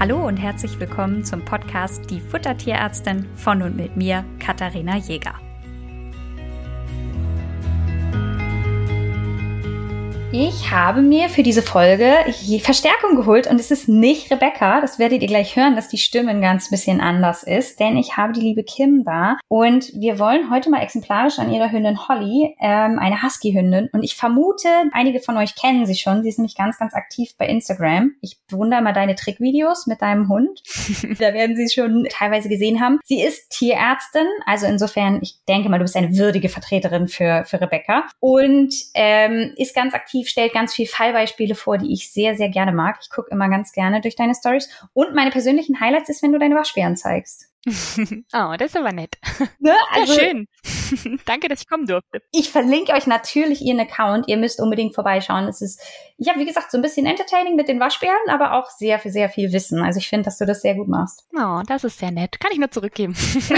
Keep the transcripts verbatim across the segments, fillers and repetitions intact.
Hallo und herzlich willkommen zum Podcast Die Futtertierärztin von und mit mir, Katharina Jäger. Ich habe mir für diese Folge Verstärkung geholt und es ist nicht Rebecca. Das werdet ihr gleich hören, dass die Stimme ein ganz bisschen anders ist, denn ich habe die liebe Kim da und wir wollen heute mal exemplarisch an ihrer Hündin Holly, ähm, eine Husky-Hündin, und ich vermute, einige von euch kennen sie schon. Sie ist nämlich ganz, ganz aktiv bei Instagram. Ich bewundere mal deine Trickvideos mit deinem Hund. Da werden sie schon teilweise gesehen haben. Sie ist Tierärztin, also insofern, ich denke mal, du bist eine würdige Vertreterin für, für Rebecca und ähm, ist ganz aktiv, stellt ganz viele Fallbeispiele vor, die ich sehr, sehr gerne mag. Ich gucke immer ganz gerne durch deine Stories. Und meine persönlichen Highlights ist, wenn du deine Waschbären zeigst. Oh, das ist aber nett. Ne? Also, ja, schön. Danke, dass ich kommen durfte. Ich verlinke euch natürlich ihren Account. Ihr müsst unbedingt vorbeischauen. Es ist, ich habe wie gesagt, so ein bisschen entertaining mit den Waschbären, aber auch sehr, sehr viel Wissen. Also ich finde, dass du das sehr gut machst. Oh, das ist sehr nett. Kann ich nur zurückgeben. Sehr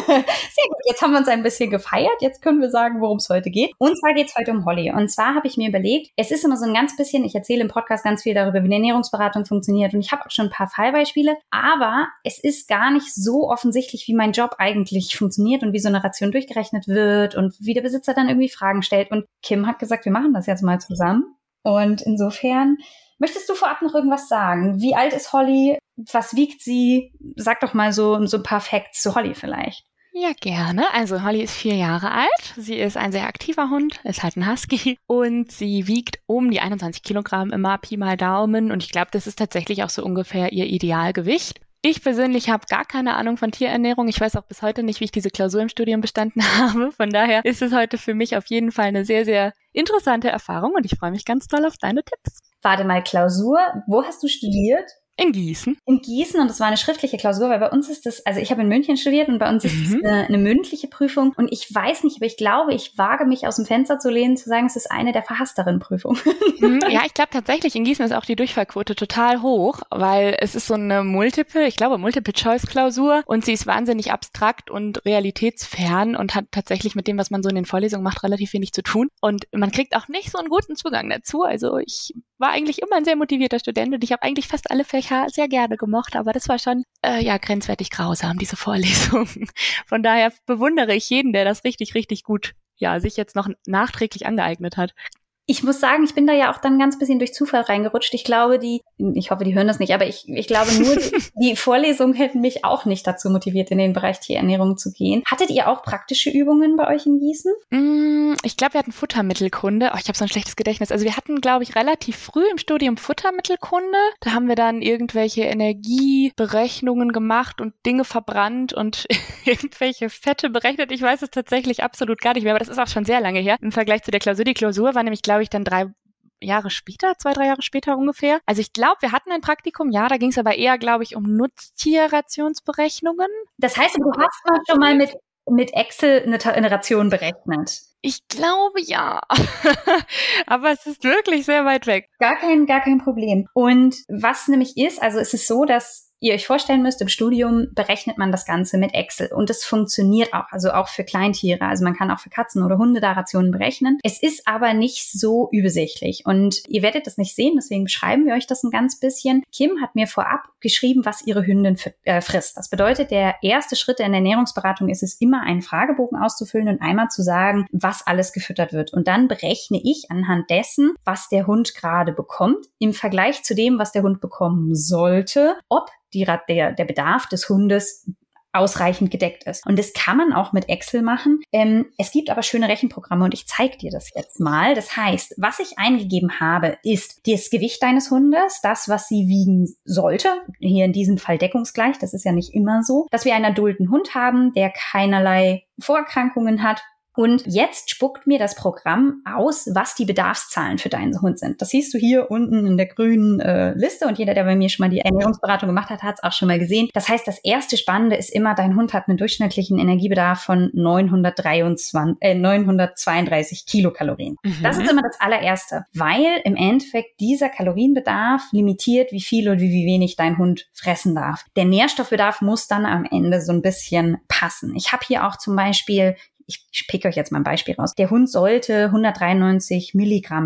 gut. Jetzt haben wir uns ein bisschen gefeiert. Jetzt können wir sagen, worum es heute geht. Und zwar geht es heute um Holly. Und zwar habe ich mir überlegt, es ist immer so ein ganz bisschen, ich erzähle im Podcast ganz viel darüber, wie eine Ernährungsberatung funktioniert. Und ich habe auch schon ein paar Fallbeispiele. Aber es ist gar nicht so offensichtlich, wie mein Job eigentlich funktioniert und wie so eine Ration durchgerechnet wird und wie der Besitzer dann irgendwie Fragen stellt. Und Kim hat gesagt, wir machen das jetzt mal zusammen. Und insofern, möchtest du vorab noch irgendwas sagen? Wie alt ist Holly? Was wiegt sie? Sag doch mal so, so ein paar Facts zu Holly vielleicht. Ja, gerne. Also Holly ist vier Jahre alt. Sie ist ein sehr aktiver Hund, ist halt ein Husky und sie wiegt um die einundzwanzig Kilogramm immer Pi mal Daumen. Und ich glaube, das ist tatsächlich auch so ungefähr ihr Idealgewicht. Ich persönlich habe gar keine Ahnung von Tierernährung. Ich weiß auch bis heute nicht, wie ich diese Klausur im Studium bestanden habe. Von daher ist es heute für mich auf jeden Fall eine sehr, sehr interessante Erfahrung und ich freue mich ganz doll auf deine Tipps. Warte mal, Klausur. Wo hast du studiert? In Gießen. In Gießen, und das war eine schriftliche Klausur, weil bei uns ist das, also ich habe in München studiert und bei uns ist Mhm. das eine, eine mündliche Prüfung und ich weiß nicht, aber ich glaube, ich wage mich aus dem Fenster zu lehnen, zu sagen, es ist eine der verhassteren Prüfungen. Mhm, ja, ich glaube tatsächlich, in Gießen ist auch die Durchfallquote total hoch, weil es ist so eine Multiple, ich glaube Multiple-Choice-Klausur und sie ist wahnsinnig abstrakt und realitätsfern und hat tatsächlich mit dem, was man so in den Vorlesungen macht, relativ wenig zu tun und man kriegt auch nicht so einen guten Zugang dazu. Also ich war eigentlich immer ein sehr motivierter Student und ich habe eigentlich fast alle Fächer sehr gerne gemocht, aber das war schon äh, ja grenzwertig grausam, diese Vorlesung. Von daher bewundere ich jeden, der das richtig, richtig gut ja sich jetzt noch nachträglich angeeignet hat. Ich muss sagen, ich bin da ja auch dann ganz bisschen durch Zufall reingerutscht. Ich glaube, die, ich hoffe, die hören das nicht, aber ich, ich glaube nur, die, die Vorlesungen hätten mich auch nicht dazu motiviert, in den Bereich Tierernährung zu gehen. Hattet ihr auch praktische Übungen bei euch in Gießen? Mm, ich glaube, wir hatten Futtermittelkunde. Oh, ich habe so ein schlechtes Gedächtnis. Also wir hatten, glaube ich, relativ früh im Studium Futtermittelkunde. Da haben wir dann irgendwelche Energieberechnungen gemacht und Dinge verbrannt und irgendwelche Fette berechnet. Ich weiß es tatsächlich absolut gar nicht mehr, aber das ist auch schon sehr lange her im Vergleich zu der Klausur. Die Klausur war nämlich, glaube ich, dann drei Jahre später, zwei, drei Jahre später ungefähr. Also ich glaube, wir hatten ein Praktikum, ja, da ging es aber eher, glaube ich, um Nutztierrationsberechnungen. Das heißt, du hast mal schon mal mit, mit Excel eine, eine Ration berechnet. Ich glaube, ja. Aber es ist wirklich sehr weit weg. Gar kein, gar kein Problem. Und was nämlich ist, also es ist so, dass ihr euch vorstellen müsst, im Studium berechnet man das Ganze mit Excel und es funktioniert auch, also auch für Kleintiere. Also man kann auch für Katzen oder Hunde da Rationen berechnen. Es ist aber nicht so übersichtlich und ihr werdet das nicht sehen, deswegen beschreiben wir euch das ein ganz bisschen. Kim hat mir vorab geschrieben, was ihre Hündin f- äh, frisst. Das bedeutet, der erste Schritt in der Ernährungsberatung ist es, immer einen Fragebogen auszufüllen und einmal zu sagen, was alles gefüttert wird. Und dann berechne ich anhand dessen, was der Hund gerade bekommt, im Vergleich zu dem, was der Hund bekommen sollte, ob die, der, der Bedarf des Hundes ausreichend gedeckt ist. Und das kann man auch mit Excel machen. Ähm, es gibt aber schöne Rechenprogramme und ich zeige dir das jetzt mal. Das heißt, was ich eingegeben habe, ist das Gewicht deines Hundes, das, was sie wiegen sollte. Hier in diesem Fall deckungsgleich, das ist ja nicht immer so. Dass wir einen adulten Hund haben, der keinerlei Vorerkrankungen hat. Und jetzt spuckt mir das Programm aus, was die Bedarfszahlen für deinen Hund sind. Das siehst du hier unten in der grünen äh, Liste und jeder, der bei mir schon mal die Ernährungsberatung gemacht hat, hat es auch schon mal gesehen. Das heißt, das erste Spannende ist immer, dein Hund hat einen durchschnittlichen Energiebedarf von neunhundertdreiundzwanzig, äh, neunhundertzweiunddreißig Kilokalorien. Mhm. Das ist immer das allererste, weil im Endeffekt dieser Kalorienbedarf limitiert, wie viel und wie, wie wenig dein Hund fressen darf. Der Nährstoffbedarf muss dann am Ende so ein bisschen passen. Ich habe hier auch zum Beispiel, ich picke euch jetzt mal ein Beispiel raus. Der Hund sollte hundertdreiundneunzig Milligramm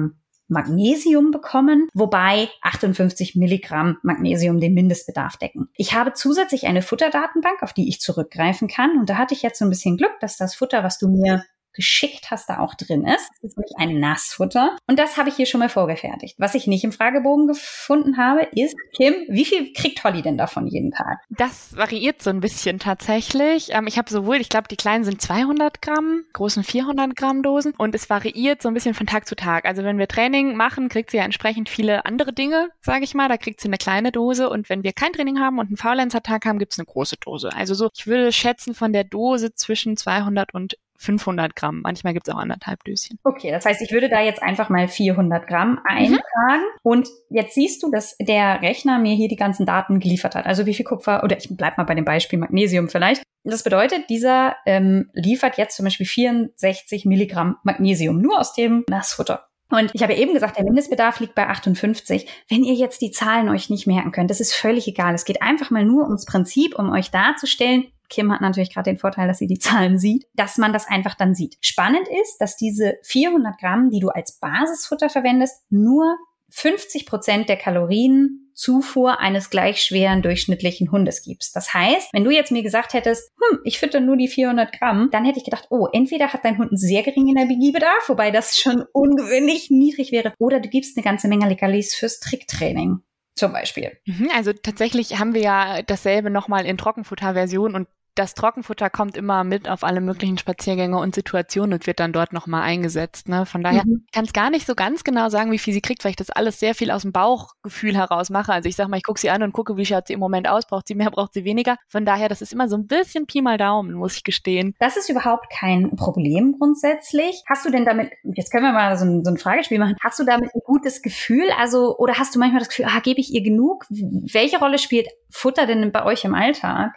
Magnesium bekommen, wobei achtundfünfzig Milligramm Magnesium den Mindestbedarf decken. Ich habe zusätzlich eine Futterdatenbank, auf die ich zurückgreifen kann. Und da hatte ich jetzt so ein bisschen Glück, dass das Futter, was du mir geschickt hast, da auch drin ist. Das ist nämlich ein Nassfutter. Und das habe ich hier schon mal vorgefertigt. Was ich nicht im Fragebogen gefunden habe, ist, Kim, wie viel kriegt Holly denn davon jeden Tag? Das variiert so ein bisschen tatsächlich. Ähm, ich habe sowohl, ich glaube, die kleinen sind zweihundert Gramm, großen vierhundert Gramm Dosen. Und es variiert so ein bisschen von Tag zu Tag. Also wenn wir Training machen, kriegt sie ja entsprechend viele andere Dinge, sage ich mal. Da kriegt sie eine kleine Dose. Und wenn wir kein Training haben und einen Faulenzer-Tag haben, gibt es eine große Dose. Also so, ich würde schätzen, von der Dose zwischen zweihundert und fünfhundert Gramm. Manchmal gibt es auch anderthalb Döschen. Okay, das heißt, ich würde da jetzt einfach mal vierhundert Gramm eintragen. Mhm. Und jetzt siehst du, dass der Rechner mir hier die ganzen Daten geliefert hat. Also wie viel Kupfer, oder ich bleib mal bei dem Beispiel Magnesium vielleicht. Das bedeutet, dieser ähm, liefert jetzt zum Beispiel vierundsechzig Milligramm Magnesium, nur aus dem Nassfutter. Und ich habe eben gesagt, der Mindestbedarf liegt bei achtundfünfzig. Wenn ihr jetzt die Zahlen euch nicht merken könnt, das ist völlig egal. Es geht einfach mal nur ums Prinzip, um euch darzustellen, Kim hat natürlich gerade den Vorteil, dass sie die Zahlen sieht, dass man das einfach dann sieht. Spannend ist, dass diese vierhundert Gramm, die du als Basisfutter verwendest, nur fünfzig Prozent der Kalorienzufuhr eines gleich schweren durchschnittlichen Hundes gibst. Das heißt, wenn du jetzt mir gesagt hättest, hm, ich fütter nur die vierhundert Gramm, dann hätte ich gedacht, oh, entweder hat dein Hund einen sehr geringen Energiebedarf, wobei das schon ungewöhnlich niedrig wäre, oder du gibst eine ganze Menge Leckerlis fürs Tricktraining. Zum Beispiel. Also tatsächlich haben wir ja dasselbe nochmal in Trockenfutterversion und das Trockenfutter kommt immer mit auf alle möglichen Spaziergänge und Situationen und wird dann dort nochmal eingesetzt. Ne? Von daher mhm. kann es gar nicht so ganz genau sagen, wie viel sie kriegt, weil ich das alles sehr viel aus dem Bauchgefühl heraus mache. Also ich sag mal, ich gucke sie an und gucke, wie schaut sie im Moment aus, braucht sie mehr, braucht sie weniger. Von daher, das ist immer so ein bisschen Pi mal Daumen, muss ich gestehen. Das ist überhaupt kein Problem grundsätzlich. Hast du denn damit, jetzt können wir mal so ein, so ein Fragespiel machen, hast du damit ein gutes Gefühl? Also, oder hast du manchmal das Gefühl, ah, gebe ich ihr genug? Welche Rolle spielt Futter denn bei euch im Alltag?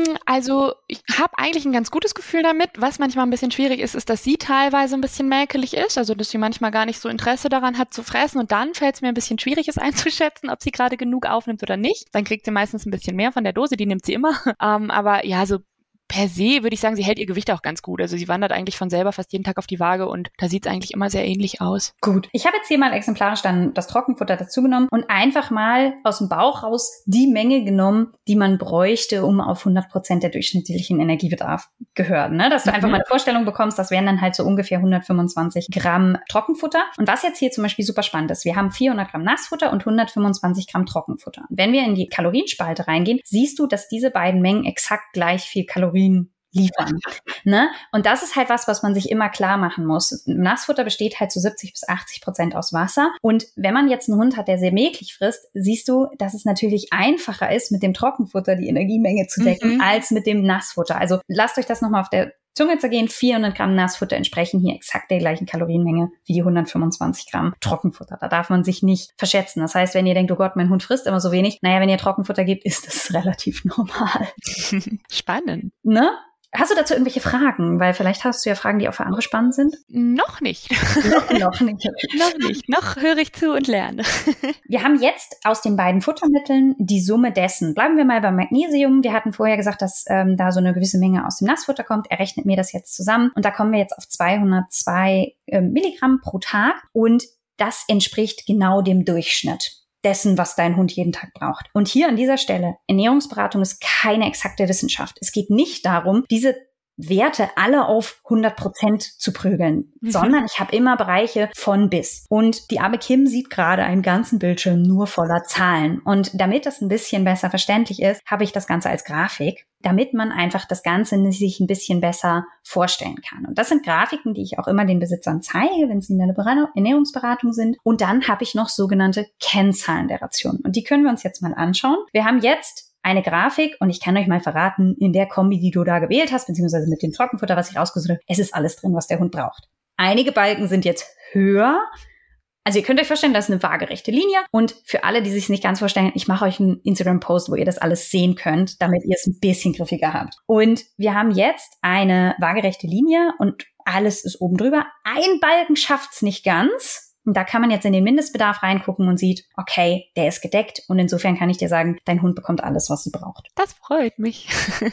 Also ich habe eigentlich ein ganz gutes Gefühl damit. Was manchmal ein bisschen schwierig ist, ist, dass sie teilweise ein bisschen mäkelig ist, also dass sie manchmal gar nicht so Interesse daran hat zu fressen und dann fällt es mir ein bisschen schwierig, es einzuschätzen, ob sie gerade genug aufnimmt oder nicht. Dann kriegt sie meistens ein bisschen mehr von der Dose, die nimmt sie immer. Ähm, aber ja, so per se würde ich sagen, sie hält ihr Gewicht auch ganz gut. Also sie wandert eigentlich von selber fast jeden Tag auf die Waage und da sieht es eigentlich immer sehr ähnlich aus. Gut. Ich habe jetzt hier mal exemplarisch dann das Trockenfutter dazu genommen und einfach mal aus dem Bauch raus die Menge genommen, die man bräuchte, um auf hundert Prozent der durchschnittlichen Energiebedarf gehören. Ne? Dass du mhm. einfach mal eine Vorstellung bekommst, das wären dann halt so ungefähr hundertfünfundzwanzig Gramm Trockenfutter. Und was jetzt hier zum Beispiel super spannend ist, wir haben vierhundert Gramm Nassfutter und hundertfünfundzwanzig Gramm Trockenfutter. Wenn wir in die Kalorienspalte reingehen, siehst du, dass diese beiden Mengen exakt gleich viel Kalorien liefern. Ne? Und das ist halt was, was man sich immer klar machen muss. Nassfutter besteht halt zu siebzig bis achtzig Prozent aus Wasser. Und wenn man jetzt einen Hund hat, der sehr mäglich frisst, siehst du, dass es natürlich einfacher ist, mit dem Trockenfutter die Energiemenge zu decken, mhm. als mit dem Nassfutter. Also lasst euch das nochmal auf der Zunge zergehen. vierhundert Gramm Nassfutter entsprechen hier exakt der gleichen Kalorienmenge wie die hundertfünfundzwanzig Gramm Trockenfutter. Da darf man sich nicht verschätzen. Das heißt, wenn ihr denkt, oh Gott, mein Hund frisst immer so wenig, naja, wenn ihr Trockenfutter gebt, ist das relativ normal. Spannend. Ne? Hast du dazu irgendwelche Fragen? Weil vielleicht hast du ja Fragen, die auch für andere spannend sind. Noch nicht. noch, noch nicht. noch nicht. Noch höre ich zu und lerne. Wir haben jetzt aus den beiden Futtermitteln die Summe dessen. Bleiben wir mal beim Magnesium. Wir hatten vorher gesagt, dass ähm, da so eine gewisse Menge aus dem Nassfutter kommt. Er rechnet mir das jetzt zusammen. Und da kommen wir jetzt auf zweihundertzwei äh, Milligramm pro Tag. Und das entspricht genau dem Durchschnitt dessen, was dein Hund jeden Tag braucht. Und hier an dieser Stelle, Ernährungsberatung ist keine exakte Wissenschaft. Es geht nicht darum, diese Werte alle auf hundert Prozent zu prügeln, mhm. sondern ich habe immer Bereiche von bis. Und die arme Kim sieht gerade einen ganzen Bildschirm nur voller Zahlen. Und damit das ein bisschen besser verständlich ist, habe ich das Ganze als Grafik, damit man einfach das Ganze sich ein bisschen besser vorstellen kann. Und das sind Grafiken, die ich auch immer den Besitzern zeige, wenn sie in der Ernährungsberatung sind. Und dann habe ich noch sogenannte Kennzahlen der Ration. Und die können wir uns jetzt mal anschauen. Wir haben jetzt eine Grafik und ich kann euch mal verraten, in der Kombi, die du da gewählt hast, beziehungsweise mit dem Trockenfutter, was ich rausgesucht habe, es ist alles drin, was der Hund braucht. Einige Balken sind jetzt höher. Also ihr könnt euch vorstellen, das ist eine waagerechte Linie. Und für alle, die sich nicht ganz vorstellen, ich mache euch einen Instagram-Post, wo ihr das alles sehen könnt, damit ihr es ein bisschen griffiger habt. Und wir haben jetzt eine waagerechte Linie und alles ist oben drüber. Ein Balken schafft's nicht ganz. Und da kann man jetzt in den Mindestbedarf reingucken und sieht, okay, der ist gedeckt. Und insofern kann ich dir sagen, dein Hund bekommt alles, was sie braucht. Das freut mich.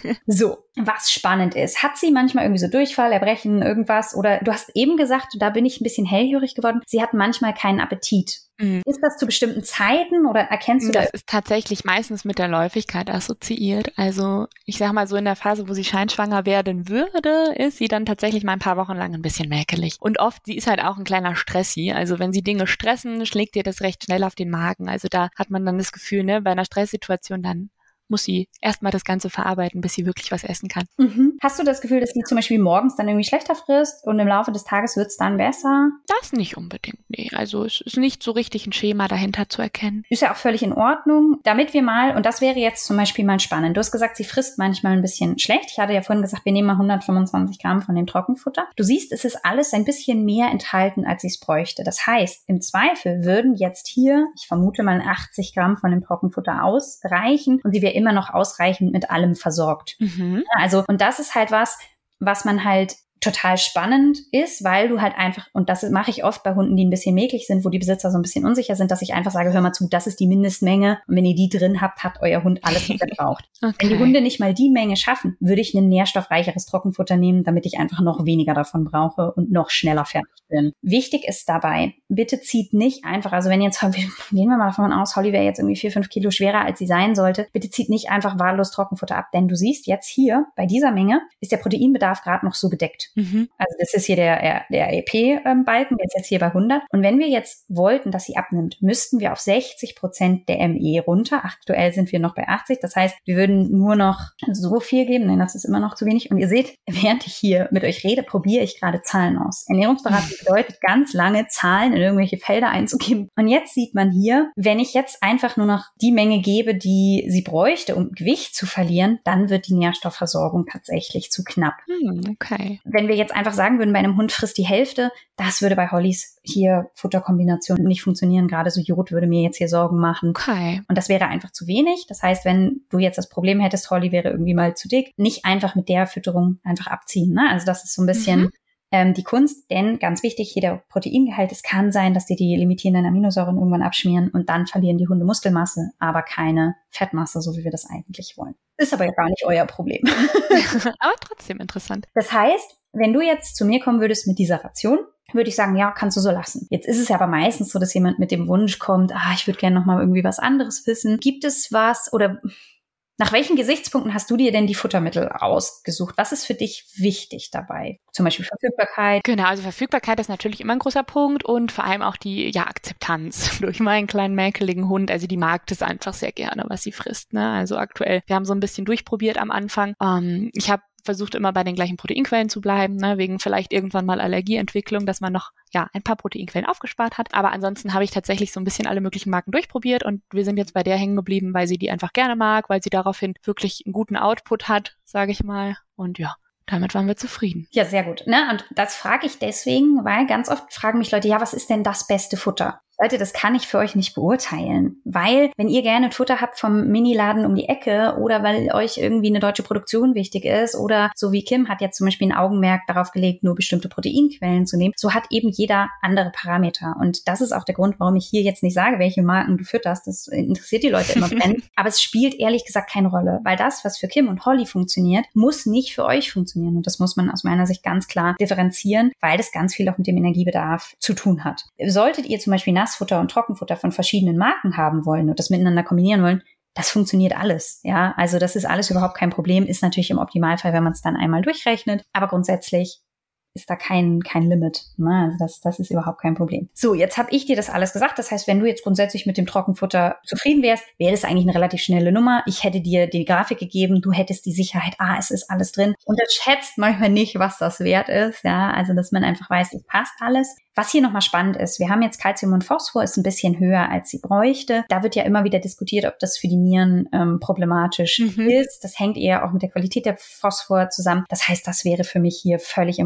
So, was spannend ist, hat sie manchmal irgendwie so Durchfall, Erbrechen, irgendwas? Oder du hast eben gesagt, da bin ich ein bisschen hellhörig geworden, sie hat manchmal keinen Appetit. Mhm. Ist das zu bestimmten Zeiten oder erkennst du das? Das ist tatsächlich meistens mit der Läufigkeit assoziiert. Also ich sag mal so in der Phase, wo sie scheinschwanger werden würde, ist sie dann tatsächlich mal ein paar Wochen lang ein bisschen mäkelig. Und oft, sie ist halt auch ein kleiner Stressi. Also wenn sie Dinge stressen, schlägt ihr das recht schnell auf den Magen. Also da hat man dann das Gefühl, ne, bei einer Stresssituation dann muss sie erstmal das Ganze verarbeiten, bis sie wirklich was essen kann. Mhm. Hast du das Gefühl, dass sie zum Beispiel morgens dann irgendwie schlechter frisst und im Laufe des Tages wird es dann besser? Das nicht unbedingt, nee. Also es ist nicht so richtig ein Schema dahinter zu erkennen. Ist ja auch völlig in Ordnung. Damit wir mal, und das wäre jetzt zum Beispiel mal spannend, du hast gesagt, sie frisst manchmal ein bisschen schlecht. Ich hatte ja vorhin gesagt, wir nehmen mal hundertfünfundzwanzig Gramm von dem Trockenfutter. Du siehst, es ist alles ein bisschen mehr enthalten, als sie es bräuchte. Das heißt, im Zweifel würden jetzt hier, ich vermute mal achtzig Gramm von dem Trockenfutter ausreichen und sie wäre immer noch ausreichend mit allem versorgt. Mhm. Also, und das ist halt was, was man halt total spannend ist, weil du halt einfach, und das mache ich oft bei Hunden, die ein bisschen mäklig sind, wo die Besitzer so ein bisschen unsicher sind, dass ich einfach sage, hör mal zu, das ist die Mindestmenge und wenn ihr die drin habt, hat euer Hund alles, was er braucht. Okay. Wenn die Hunde nicht mal die Menge schaffen, würde ich ein nährstoffreicheres Trockenfutter nehmen, damit ich einfach noch weniger davon brauche und noch schneller fertig bin. Wichtig ist dabei, bitte zieht nicht einfach, also wenn jetzt, gehen wir mal davon aus, Holly wäre jetzt irgendwie vier, fünf Kilo schwerer, als sie sein sollte, bitte zieht nicht einfach wahllos Trockenfutter ab, denn du siehst jetzt hier, bei dieser Menge ist der Proteinbedarf gerade noch so gedeckt. Mhm. Also das ist hier der, der E P-Balken, der ist jetzt hier bei hundert. Und wenn wir jetzt wollten, dass sie abnimmt, müssten wir auf sechzig Prozent der M E runter. Aktuell sind wir noch bei achtzig. Das heißt, wir würden nur noch so viel geben. Nein, das ist immer noch zu wenig. Und ihr seht, während ich hier mit euch rede, probiere ich gerade Zahlen aus. Ernährungsberatung bedeutet, ganz lange Zahlen in irgendwelche Felder einzugeben. Und jetzt sieht man hier, wenn ich jetzt einfach nur noch die Menge gebe, die sie bräuchte, um Gewicht zu verlieren, dann wird die Nährstoffversorgung tatsächlich zu knapp. Hm, okay. Wenn wir jetzt einfach sagen würden, bei einem Hund frisst die Hälfte, das würde bei Hollys hier Futterkombination nicht funktionieren. Gerade so Jod würde mir jetzt hier Sorgen machen. Okay. Und das wäre einfach zu wenig. Das heißt, wenn du jetzt das Problem hättest, Holly wäre irgendwie mal zu dick, nicht einfach mit der Fütterung einfach abziehen. Ne? Also das ist so ein bisschen mhm. ähm, die Kunst. Denn ganz wichtig, hier der Proteingehalt, es kann sein, dass dir die limitierenden Aminosäuren irgendwann abschmieren und dann verlieren die Hunde Muskelmasse, aber keine Fettmasse, so wie wir das eigentlich wollen. Ist aber ja gar nicht euer Problem. Aber trotzdem interessant. Das heißt, wenn du jetzt zu mir kommen würdest mit dieser Ration, würde ich sagen, ja, kannst du so lassen. Jetzt ist es ja aber meistens so, dass jemand mit dem Wunsch kommt, ah, ich würde gerne noch mal irgendwie was anderes wissen. Gibt es was oder nach welchen Gesichtspunkten hast du dir denn die Futtermittel ausgesucht? Was ist für dich wichtig dabei? Zum Beispiel Verfügbarkeit? Genau, also Verfügbarkeit ist natürlich immer ein großer Punkt und vor allem auch die ja Akzeptanz durch meinen kleinen mäkeligen Hund. Also die mag das einfach sehr gerne, was sie frisst. Ne? Also aktuell, wir haben so ein bisschen durchprobiert am Anfang. Ähm, ich habe versucht immer bei den gleichen Proteinquellen zu bleiben, ne, wegen vielleicht irgendwann mal Allergieentwicklung, dass man noch ja ein paar Proteinquellen aufgespart hat. Aber ansonsten habe ich tatsächlich so ein bisschen alle möglichen Marken durchprobiert und wir sind jetzt bei der hängen geblieben, weil sie die einfach gerne mag, weil sie daraufhin wirklich einen guten Output hat, sage ich mal. Und ja, damit waren wir zufrieden. Ja, sehr gut. Ne? Und das frage ich deswegen, weil ganz oft fragen mich Leute, ja, was ist denn das beste Futter? Leute, das kann ich für euch nicht beurteilen, weil wenn ihr gerne Futter habt vom Miniladen um die Ecke oder weil euch irgendwie eine deutsche Produktion wichtig ist oder so wie Kim hat jetzt zum Beispiel ein Augenmerk darauf gelegt, nur bestimmte Proteinquellen zu nehmen, so hat eben jeder andere Parameter. Und das ist auch der Grund, warum ich hier jetzt nicht sage, welche Marken du fütterst. Das interessiert die Leute immer brennend. Aber es spielt ehrlich gesagt keine Rolle, weil das, was für Kim und Holly funktioniert, muss nicht für euch funktionieren. Und das muss man aus meiner Sicht ganz klar differenzieren, weil das ganz viel auch mit dem Energiebedarf zu tun hat. Solltet ihr zum Beispiel Nassfutter und Trockenfutter von verschiedenen Marken haben wollen und das miteinander kombinieren wollen, das funktioniert alles, ja. Also das ist alles überhaupt kein Problem, ist natürlich im Optimalfall, wenn man es dann einmal durchrechnet, aber grundsätzlich ist da kein kein Limit, ne? Also das das ist überhaupt kein Problem. So, jetzt habe ich dir das alles gesagt. Das heißt, wenn du jetzt grundsätzlich mit dem Trockenfutter zufrieden wärst, wäre das eigentlich eine relativ schnelle Nummer. Ich hätte dir die Grafik gegeben, du hättest die Sicherheit, ah, es ist alles drin. Unterschätzt manchmal nicht, was das wert ist, ja, also dass man einfach weiß, es passt alles. Was hier nochmal spannend ist, wir haben jetzt Calcium und Phosphor, ist ein bisschen höher, als sie bräuchte. Da wird ja immer wieder diskutiert, ob das für die Nieren ähm, problematisch mhm. ist. Das hängt eher auch mit der Qualität der Phosphor zusammen. Das heißt, das wäre für mich hier völlig im Ord-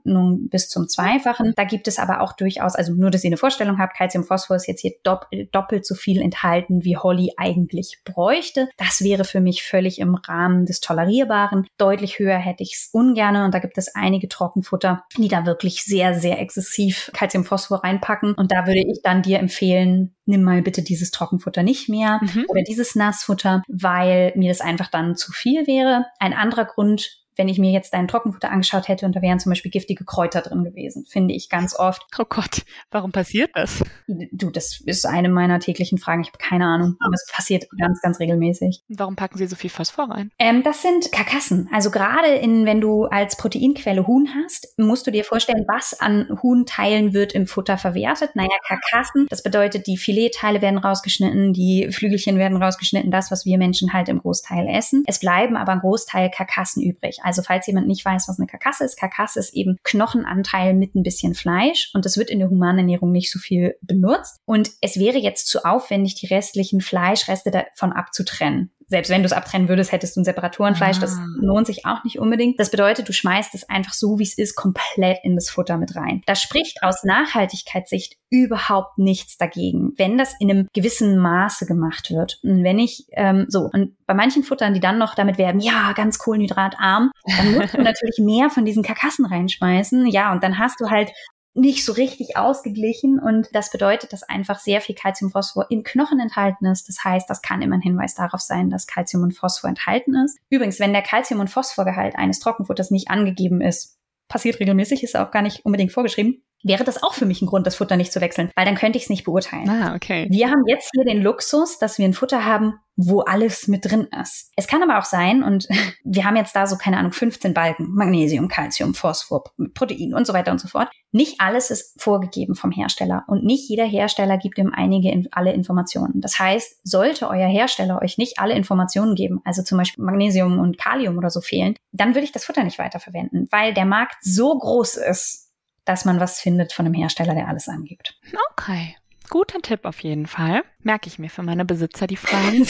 Größenordnung bis zum Zweifachen. Da gibt es aber auch durchaus, also nur, dass ihr eine Vorstellung habt, Calcium, Phosphor ist jetzt hier dopp- doppelt so viel enthalten, wie Holly eigentlich bräuchte. Das wäre für mich völlig im Rahmen des Tolerierbaren. Deutlich höher hätte ich es ungerne und da gibt es einige Trockenfutter, die da wirklich sehr, sehr exzessiv Calcium, Phosphor reinpacken und da würde ich dann dir empfehlen, nimm mal bitte dieses Trockenfutter nicht mehr mhm. oder dieses Nassfutter, weil mir das einfach dann zu viel wäre. Ein anderer Grund, wenn ich mir jetzt dein Trockenfutter angeschaut hätte und da wären zum Beispiel giftige Kräuter drin gewesen, finde ich ganz oft. Oh Gott, warum passiert das? Du, das ist eine meiner täglichen Fragen. Ich habe keine Ahnung, aber es passiert ganz, ganz regelmäßig. Warum packen Sie so viel Phosphor rein? Ähm, das sind Karkassen. Also gerade in, wenn du als Proteinquelle Huhn hast, musst du dir vorstellen, was an Huhnteilen wird im Futter verwertet. Naja, Karkassen, das bedeutet, die Filetteile werden rausgeschnitten, die Flügelchen werden rausgeschnitten, das, was wir Menschen halt im Großteil essen. Es bleiben aber ein Großteil Karkassen übrig. Also falls jemand nicht weiß, was eine Karkasse ist, Karkasse ist eben Knochenanteil mit ein bisschen Fleisch und das wird in der humanen Ernährung nicht so viel benutzt. Und es wäre jetzt zu aufwendig, die restlichen Fleischreste davon abzutrennen. Selbst wenn du es abtrennen würdest, hättest du ein Separatorenfleisch. Ah. Das lohnt sich auch nicht unbedingt. Das bedeutet, du schmeißt es einfach so, wie es ist, komplett in das Futter mit rein. Da spricht aus Nachhaltigkeitssicht überhaupt nichts dagegen, wenn das in einem gewissen Maße gemacht wird. Und wenn ich, ähm, so, und bei manchen Futtern, die dann noch damit werben, ja, ganz kohlenhydratarm, dann musst du natürlich mehr von diesen Karkassen reinschmeißen. Ja, und dann hast du halt nicht so richtig ausgeglichen und das bedeutet, dass einfach sehr viel Calcium, Phosphor im Knochen enthalten ist. Das heißt, das kann immer ein Hinweis darauf sein, dass Calcium und Phosphor enthalten ist. Übrigens, wenn der Calcium- und Phosphorgehalt eines Trockenfutters nicht angegeben ist, passiert regelmäßig, ist auch gar nicht unbedingt vorgeschrieben, wäre das auch für mich ein Grund, das Futter nicht zu wechseln, weil dann könnte ich es nicht beurteilen. Ah, okay. Wir haben jetzt hier den Luxus, dass wir ein Futter haben, wo alles mit drin ist. Es kann aber auch sein, und wir haben jetzt da so, keine Ahnung, fünfzehn Balken, Magnesium, Calcium, Phosphor, Protein und so weiter und so fort. Nicht alles ist vorgegeben vom Hersteller und nicht jeder Hersteller gibt ihm einige, alle Informationen. Das heißt, sollte euer Hersteller euch nicht alle Informationen geben, also zum Beispiel Magnesium und Kalium oder so fehlen, dann würde ich das Futter nicht weiterverwenden, weil der Markt so groß ist, dass man was findet von einem Hersteller, der alles angibt. Okay. Guter Tipp auf jeden Fall. Merke ich mir für meine Besitzer die Fragen.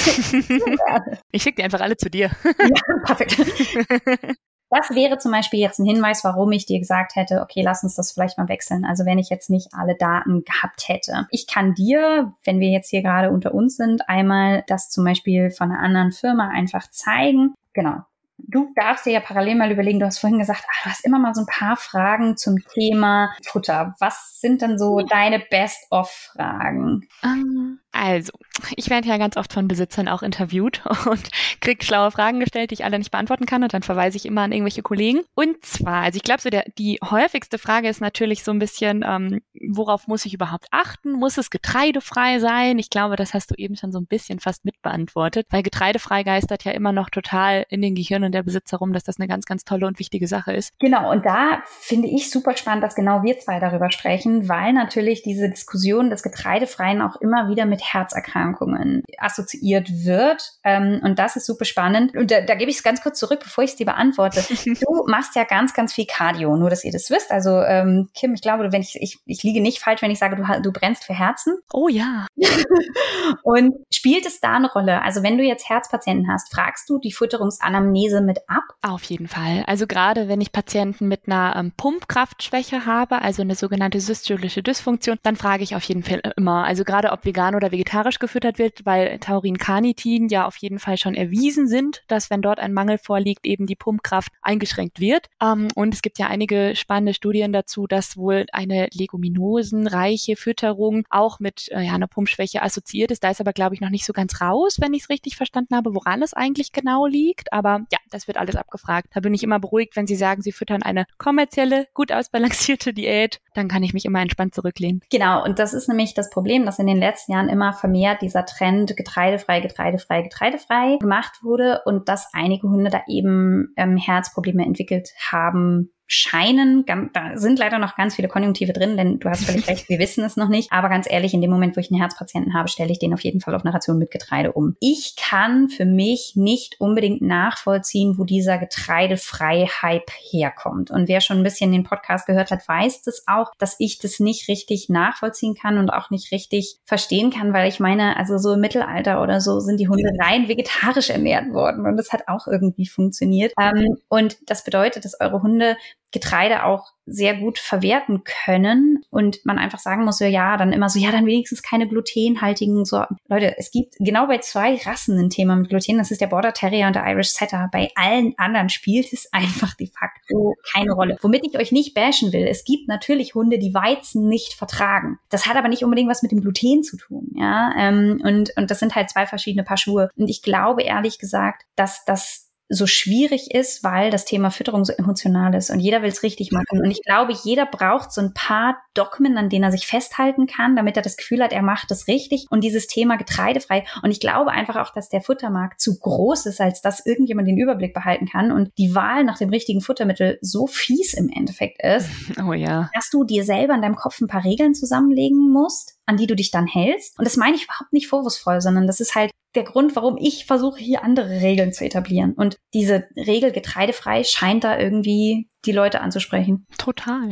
Ich schicke die einfach alle zu dir. Ja, perfekt. Das wäre zum Beispiel jetzt ein Hinweis, warum ich dir gesagt hätte, okay, lass uns das vielleicht mal wechseln. Also wenn ich jetzt nicht alle Daten gehabt hätte. Ich kann dir, wenn wir jetzt hier gerade unter uns sind, einmal das zum Beispiel von einer anderen Firma einfach zeigen. Genau. Du darfst dir ja parallel mal überlegen, du hast vorhin gesagt, ach, du hast immer mal so ein paar Fragen zum Thema Futter. Was sind denn so deine Best-of-Fragen? Um, also, ich werde ja ganz oft von Besitzern auch interviewt und kriege schlaue Fragen gestellt, die ich alle nicht beantworten kann und dann verweise ich immer an irgendwelche Kollegen. Und zwar, also ich glaube, so der, die häufigste Frage ist natürlich so ein bisschen, ähm, worauf muss ich überhaupt achten? Muss es getreidefrei sein? Ich glaube, das hast du eben schon so ein bisschen fast mitbeantwortet, weil getreidefrei geistert ja immer noch total in den Gehirnen der Besitzer rum, dass das eine ganz, ganz tolle und wichtige Sache ist. Genau, und da finde ich super spannend, dass genau wir zwei darüber sprechen, weil natürlich diese Diskussion des Getreidefreien auch immer wieder mit Herzerkrankungen assoziiert wird. Ähm, und das ist super spannend. Und da, da gebe ich es ganz kurz zurück, bevor ich es dir beantworte. Du machst ja ganz, ganz viel Cardio, nur dass ihr das wisst. Also ähm, Kim, ich glaube, wenn ich, ich, ich liege nicht falsch, wenn ich sage, du, du brennst für Herzen. Oh ja. Und spielt es da eine Rolle? Also wenn du jetzt Herzpatienten hast, fragst du die Fütterungsanamnese mit ab? Auf jeden Fall. Also gerade wenn ich Patienten mit einer ähm, Pumpkraftschwäche habe, also eine sogenannte systolische Dysfunktion, dann frage ich auf jeden Fall immer, also gerade ob vegan oder vegetarisch gefüttert wird, weil Taurin, Carnitin ja auf jeden Fall schon erwiesen sind, dass wenn dort ein Mangel vorliegt, eben die Pumpkraft eingeschränkt wird. Ähm, und es gibt ja einige spannende Studien dazu, dass wohl eine leguminosenreiche Fütterung auch mit äh, ja, einer Pumpschwäche assoziiert ist. Da ist aber, glaube ich, noch nicht so ganz raus, wenn ich es richtig verstanden habe, woran es eigentlich genau liegt. Aber ja, das wird alles abgefragt. Da bin ich immer beruhigt, wenn Sie sagen, Sie füttern eine kommerzielle, gut ausbalancierte Diät, dann kann ich mich immer entspannt zurücklehnen. Genau, und das ist nämlich das Problem, dass in den letzten Jahren immer vermehrt dieser Trend getreidefrei, getreidefrei, getreidefrei gemacht wurde und dass einige Hunde da eben ähm, Herzprobleme entwickelt haben scheinen. Da sind leider noch ganz viele Konjunktive drin, denn du hast völlig recht, wir wissen es noch nicht. Aber ganz ehrlich, in dem Moment, wo ich einen Herzpatienten habe, stelle ich den auf jeden Fall auf eine Ration mit Getreide um. Ich kann für mich nicht unbedingt nachvollziehen, wo dieser Getreidefrei-Hype herkommt. Und wer schon ein bisschen den Podcast gehört hat, weiß das auch, dass ich das nicht richtig nachvollziehen kann und auch nicht richtig verstehen kann, weil ich meine, also so im Mittelalter oder so sind die Hunde rein vegetarisch ernährt worden und das hat auch irgendwie funktioniert. Ähm, und das bedeutet, dass eure Hunde Getreide auch sehr gut verwerten können und man einfach sagen muss, ja, dann immer so, ja, dann wenigstens keine glutenhaltigen Sorten. Leute, es gibt genau bei zwei Rassen ein Thema mit Gluten, das ist der Border Terrier und der Irish Setter. Bei allen anderen spielt es einfach de facto keine Rolle. Womit ich euch nicht bashen will, es gibt natürlich Hunde, die Weizen nicht vertragen. Das hat aber nicht unbedingt was mit dem Gluten zu tun, ja, ähm, und, und das sind halt zwei verschiedene Paar Schuhe. Und ich glaube ehrlich gesagt, dass das so schwierig ist, weil das Thema Fütterung so emotional ist und jeder will es richtig machen. Und ich glaube, jeder braucht so ein paar Dogmen, an denen er sich festhalten kann, damit er das Gefühl hat, er macht es richtig. Und dieses Thema getreidefrei. Und ich glaube einfach auch, dass der Futtermarkt zu groß ist, als dass irgendjemand den Überblick behalten kann und die Wahl nach dem richtigen Futtermittel so fies im Endeffekt ist, oh ja, dass du dir selber in deinem Kopf ein paar Regeln zusammenlegen musst, an die du dich dann hältst. Und das meine ich überhaupt nicht vorwurfsvoll, sondern das ist halt der Grund, warum ich versuche, hier andere Regeln zu etablieren. Und diese Regel getreidefrei scheint da irgendwie die Leute anzusprechen. Total.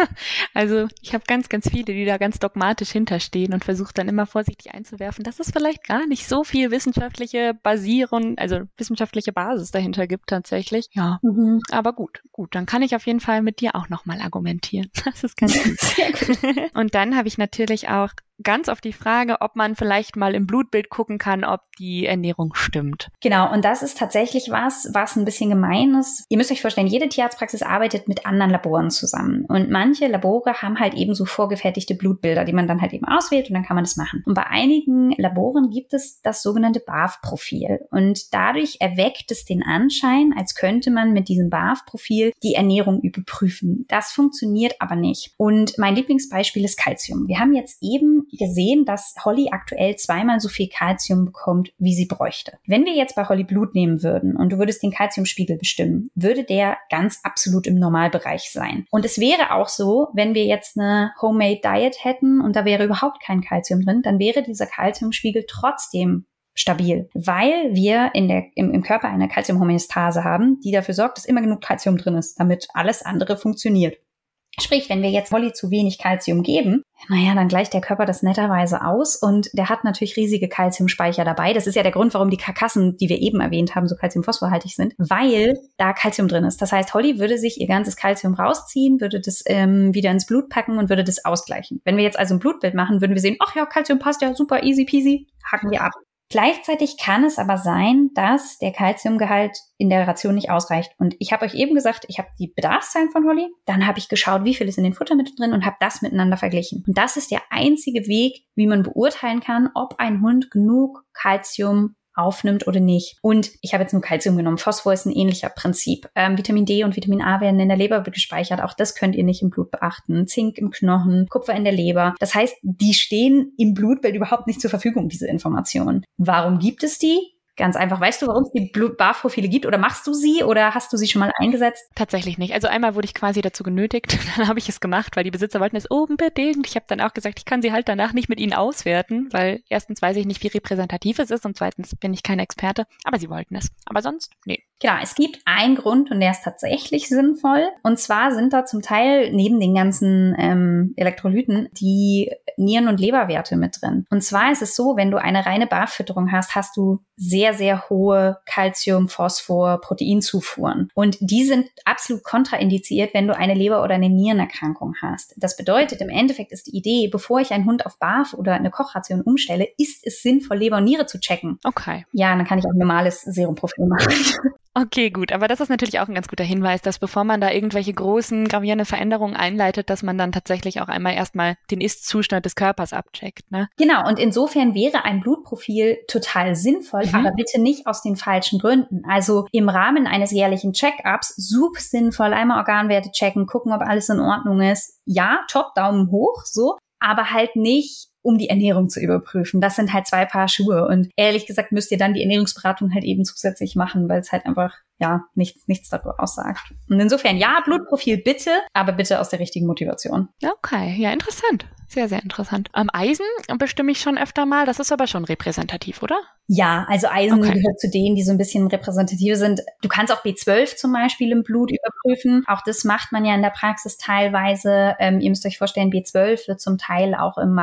Also ich habe ganz, ganz viele, die da ganz dogmatisch hinterstehen und versuche dann immer vorsichtig einzuwerfen, dass es vielleicht gar nicht so viel wissenschaftliche Basierung, also wissenschaftliche Basis dahinter gibt tatsächlich. Ja, mhm. Aber gut, gut, dann kann ich auf jeden Fall mit dir auch nochmal argumentieren. Das ist ganz gut. Sehr gut. Und dann habe ich natürlich auch ganz auf die Frage, ob man vielleicht mal im Blutbild gucken kann, ob die Ernährung stimmt. Genau, und das ist tatsächlich was, was ein bisschen gemein ist. Ihr müsst euch vorstellen, jede Tierarztpraxis arbeitet mit anderen Laboren zusammen. Und manche Labore haben halt eben so vorgefertigte Blutbilder, die man dann halt eben auswählt und dann kann man das machen. Und bei einigen Laboren gibt es das sogenannte B A F-Profil. Und dadurch erweckt es den Anschein, als könnte man mit diesem B A F-Profil die Ernährung überprüfen. Das funktioniert aber nicht. Und mein Lieblingsbeispiel ist Calcium. Wir haben jetzt eben gesehen, dass Holly aktuell zweimal so viel Calcium bekommt, wie sie bräuchte. Wenn wir jetzt bei Holly Blut nehmen würden und du würdest den Calciumspiegel bestimmen, würde der ganz absolut im Normalbereich sein. Und es wäre auch so, wenn wir jetzt eine Homemade Diet hätten und da wäre überhaupt kein Calcium drin, dann wäre dieser Calciumspiegel trotzdem stabil, weil wir in der, im, im Körper eine Calciumhomöostase haben, die dafür sorgt, dass immer genug Calcium drin ist, damit alles andere funktioniert. Sprich, wenn wir jetzt Holly zu wenig Calcium geben, naja, dann gleicht der Körper das netterweise aus und der hat natürlich riesige Calciumspeicher dabei. Das ist ja der Grund, warum die Karkassen, die wir eben erwähnt haben, so calciumphosphorhaltig sind, weil da Calcium drin ist. Das heißt, Holly würde sich ihr ganzes Calcium rausziehen, würde das ähm, wieder ins Blut packen und würde das ausgleichen. Wenn wir jetzt also ein Blutbild machen, würden wir sehen, ach ja, Calcium passt ja, super, easy peasy, hacken wir ab. Gleichzeitig kann es aber sein, dass der Calciumgehalt in der Ration nicht ausreicht. Und ich habe euch eben gesagt, ich habe die Bedarfszahlen von Holly, dann habe ich geschaut, wie viel ist in den Futtermitteln drin und habe das miteinander verglichen. Und das ist der einzige Weg, wie man beurteilen kann, ob ein Hund genug Calcium aufnimmt oder nicht. Und ich habe jetzt nur Calcium genommen. Phosphor ist ein ähnlicher Prinzip. Ähm, Vitamin D und Vitamin A werden in der Leber gespeichert. Auch das könnt ihr nicht im Blut beachten. Zink im Knochen, Kupfer in der Leber. Das heißt, die stehen im Blutbild überhaupt nicht zur Verfügung, diese Informationen. Warum gibt es die? Ganz einfach. Weißt du, warum es die B A F-Profile gibt? Oder machst du sie? Oder hast du sie schon mal eingesetzt? Tatsächlich nicht. Also einmal wurde ich quasi dazu genötigt. Dann habe ich es gemacht, weil die Besitzer wollten es unbedingt. Ich habe dann auch gesagt, ich kann sie halt danach nicht mit ihnen auswerten, weil erstens weiß ich nicht, wie repräsentativ es ist und zweitens bin ich kein Experte. Aber sie wollten es. Aber sonst, nee. Genau, es gibt einen Grund und der ist tatsächlich sinnvoll. Und zwar sind da zum Teil neben den ganzen ähm, Elektrolyten die Nieren- und Leberwerte mit drin. Und zwar ist es so, wenn du eine reine B A F-Fütterung hast, hast du sehr, sehr hohe Calcium-, Phosphor-, Proteinzufuhren. Und die sind absolut kontraindiziert, wenn du eine Leber- oder eine Nierenerkrankung hast. Das bedeutet, im Endeffekt ist die Idee, bevor ich einen Hund auf B A F oder eine Kochration umstelle, ist es sinnvoll, Leber und Niere zu checken. Okay. Ja, dann kann ich auch ein normales Serumprofil machen. Okay, gut. Aber das ist natürlich auch ein ganz guter Hinweis, dass bevor man da irgendwelche großen, gravierenden Veränderungen einleitet, dass man dann tatsächlich auch einmal erstmal den Ist-Zustand des Körpers abcheckt, ne? Genau. Und insofern wäre ein Blutprofil total sinnvoll, mhm. aber bitte nicht aus den falschen Gründen. Also im Rahmen eines jährlichen Check-ups super sinnvoll, einmal Organwerte checken, gucken, ob alles in Ordnung ist. Ja, top, Daumen hoch, so. Aber halt nicht, um die Ernährung zu überprüfen. Das sind halt zwei Paar Schuhe. Und ehrlich gesagt müsst ihr dann die Ernährungsberatung halt eben zusätzlich machen, weil es halt einfach, ja, nichts, nichts darüber aussagt. Und insofern, ja, Blutprofil bitte, aber bitte aus der richtigen Motivation. Okay, ja, interessant. Sehr, sehr interessant. Ähm, Eisen bestimme ich schon öfter mal. Das ist aber schon repräsentativ, oder? Ja, also Eisen okay. gehört zu denen, die so ein bisschen repräsentativ sind. Du kannst auch B zwölf zum Beispiel im Blut überprüfen. Auch das macht man ja in der Praxis teilweise. Ähm, ihr müsst euch vorstellen, B zwölf wird zum Teil auch im Magen-Darm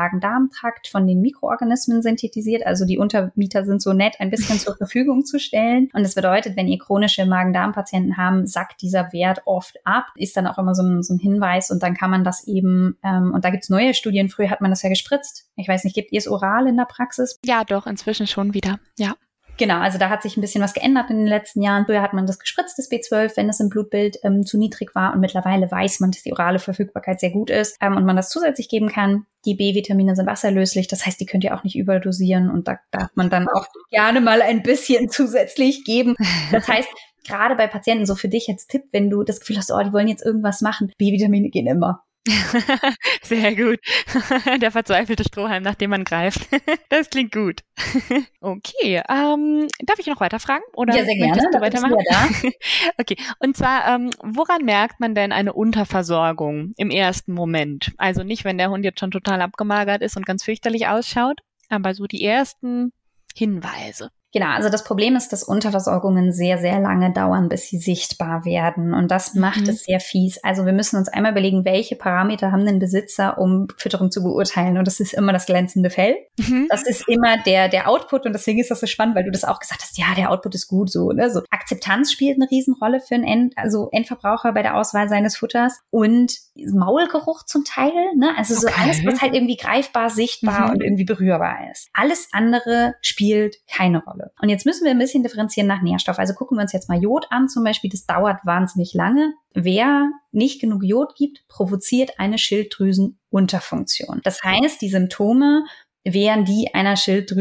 Magentrakt von den Mikroorganismen synthetisiert. Also die Untermieter sind so nett, ein bisschen zur Verfügung zu stellen. Und das bedeutet, wenn ihr chronische Magen-Darm-Patienten haben, sackt dieser Wert oft ab. Ist dann auch immer so ein, so ein Hinweis. Und dann kann man das eben, ähm, und da gibt's neue Studien. Früher hat man das ja gespritzt. Ich weiß nicht, gibt ihr es oral in der Praxis? Ja, doch, inzwischen schon wieder, ja. Genau, also da hat sich ein bisschen was geändert in den letzten Jahren. Früher hat man das gespritzt, das B zwölf, wenn es im Blutbild ähm, zu niedrig war. Und mittlerweile weiß man, dass die orale Verfügbarkeit sehr gut ist ähm, und man das zusätzlich geben kann. Die B-Vitamine sind wasserlöslich, das heißt, die könnt ihr auch nicht überdosieren. Und da darf man dann auch gerne mal ein bisschen zusätzlich geben. Das heißt, gerade bei Patienten, so für dich als Tipp, wenn du das Gefühl hast, oh, die wollen jetzt irgendwas machen, B-Vitamine gehen immer. Sehr gut. Der verzweifelte Strohhalm, nach dem man greift. Das klingt gut. Okay, ähm, darf ich noch weiterfragen? Oder ja, sehr gerne. Du weitermachen? Da. Okay, und zwar, ähm, woran merkt man denn eine Unterversorgung im ersten Moment? Also nicht, wenn der Hund jetzt schon total abgemagert ist und ganz fürchterlich ausschaut, aber so die ersten Hinweise. Genau, also das Problem ist, dass Unterversorgungen sehr, sehr lange dauern, bis sie sichtbar werden. Und das macht mhm. es sehr fies. Also wir müssen uns einmal überlegen, welche Parameter haben denn Besitzer, um Fütterung zu beurteilen. Und das ist immer das glänzende Fell. Mhm. Das ist immer der der Output. Und deswegen ist das so spannend, weil du das auch gesagt hast, ja, der Output ist gut so. Ne? So Akzeptanz spielt eine Riesenrolle für einen End, also Endverbraucher bei der Auswahl seines Futters. Und Maulgeruch zum Teil. Ne? Also so okay. alles, was halt irgendwie greifbar, sichtbar mhm. und irgendwie berührbar ist. Alles andere spielt keine Rolle. Und jetzt müssen wir ein bisschen differenzieren nach Nährstoff. Also gucken wir uns jetzt mal Jod an zum Beispiel. Das dauert wahnsinnig lange. Wer nicht genug Jod gibt, provoziert eine Schilddrüsenunterfunktion. Das heißt, die Symptome wären die einer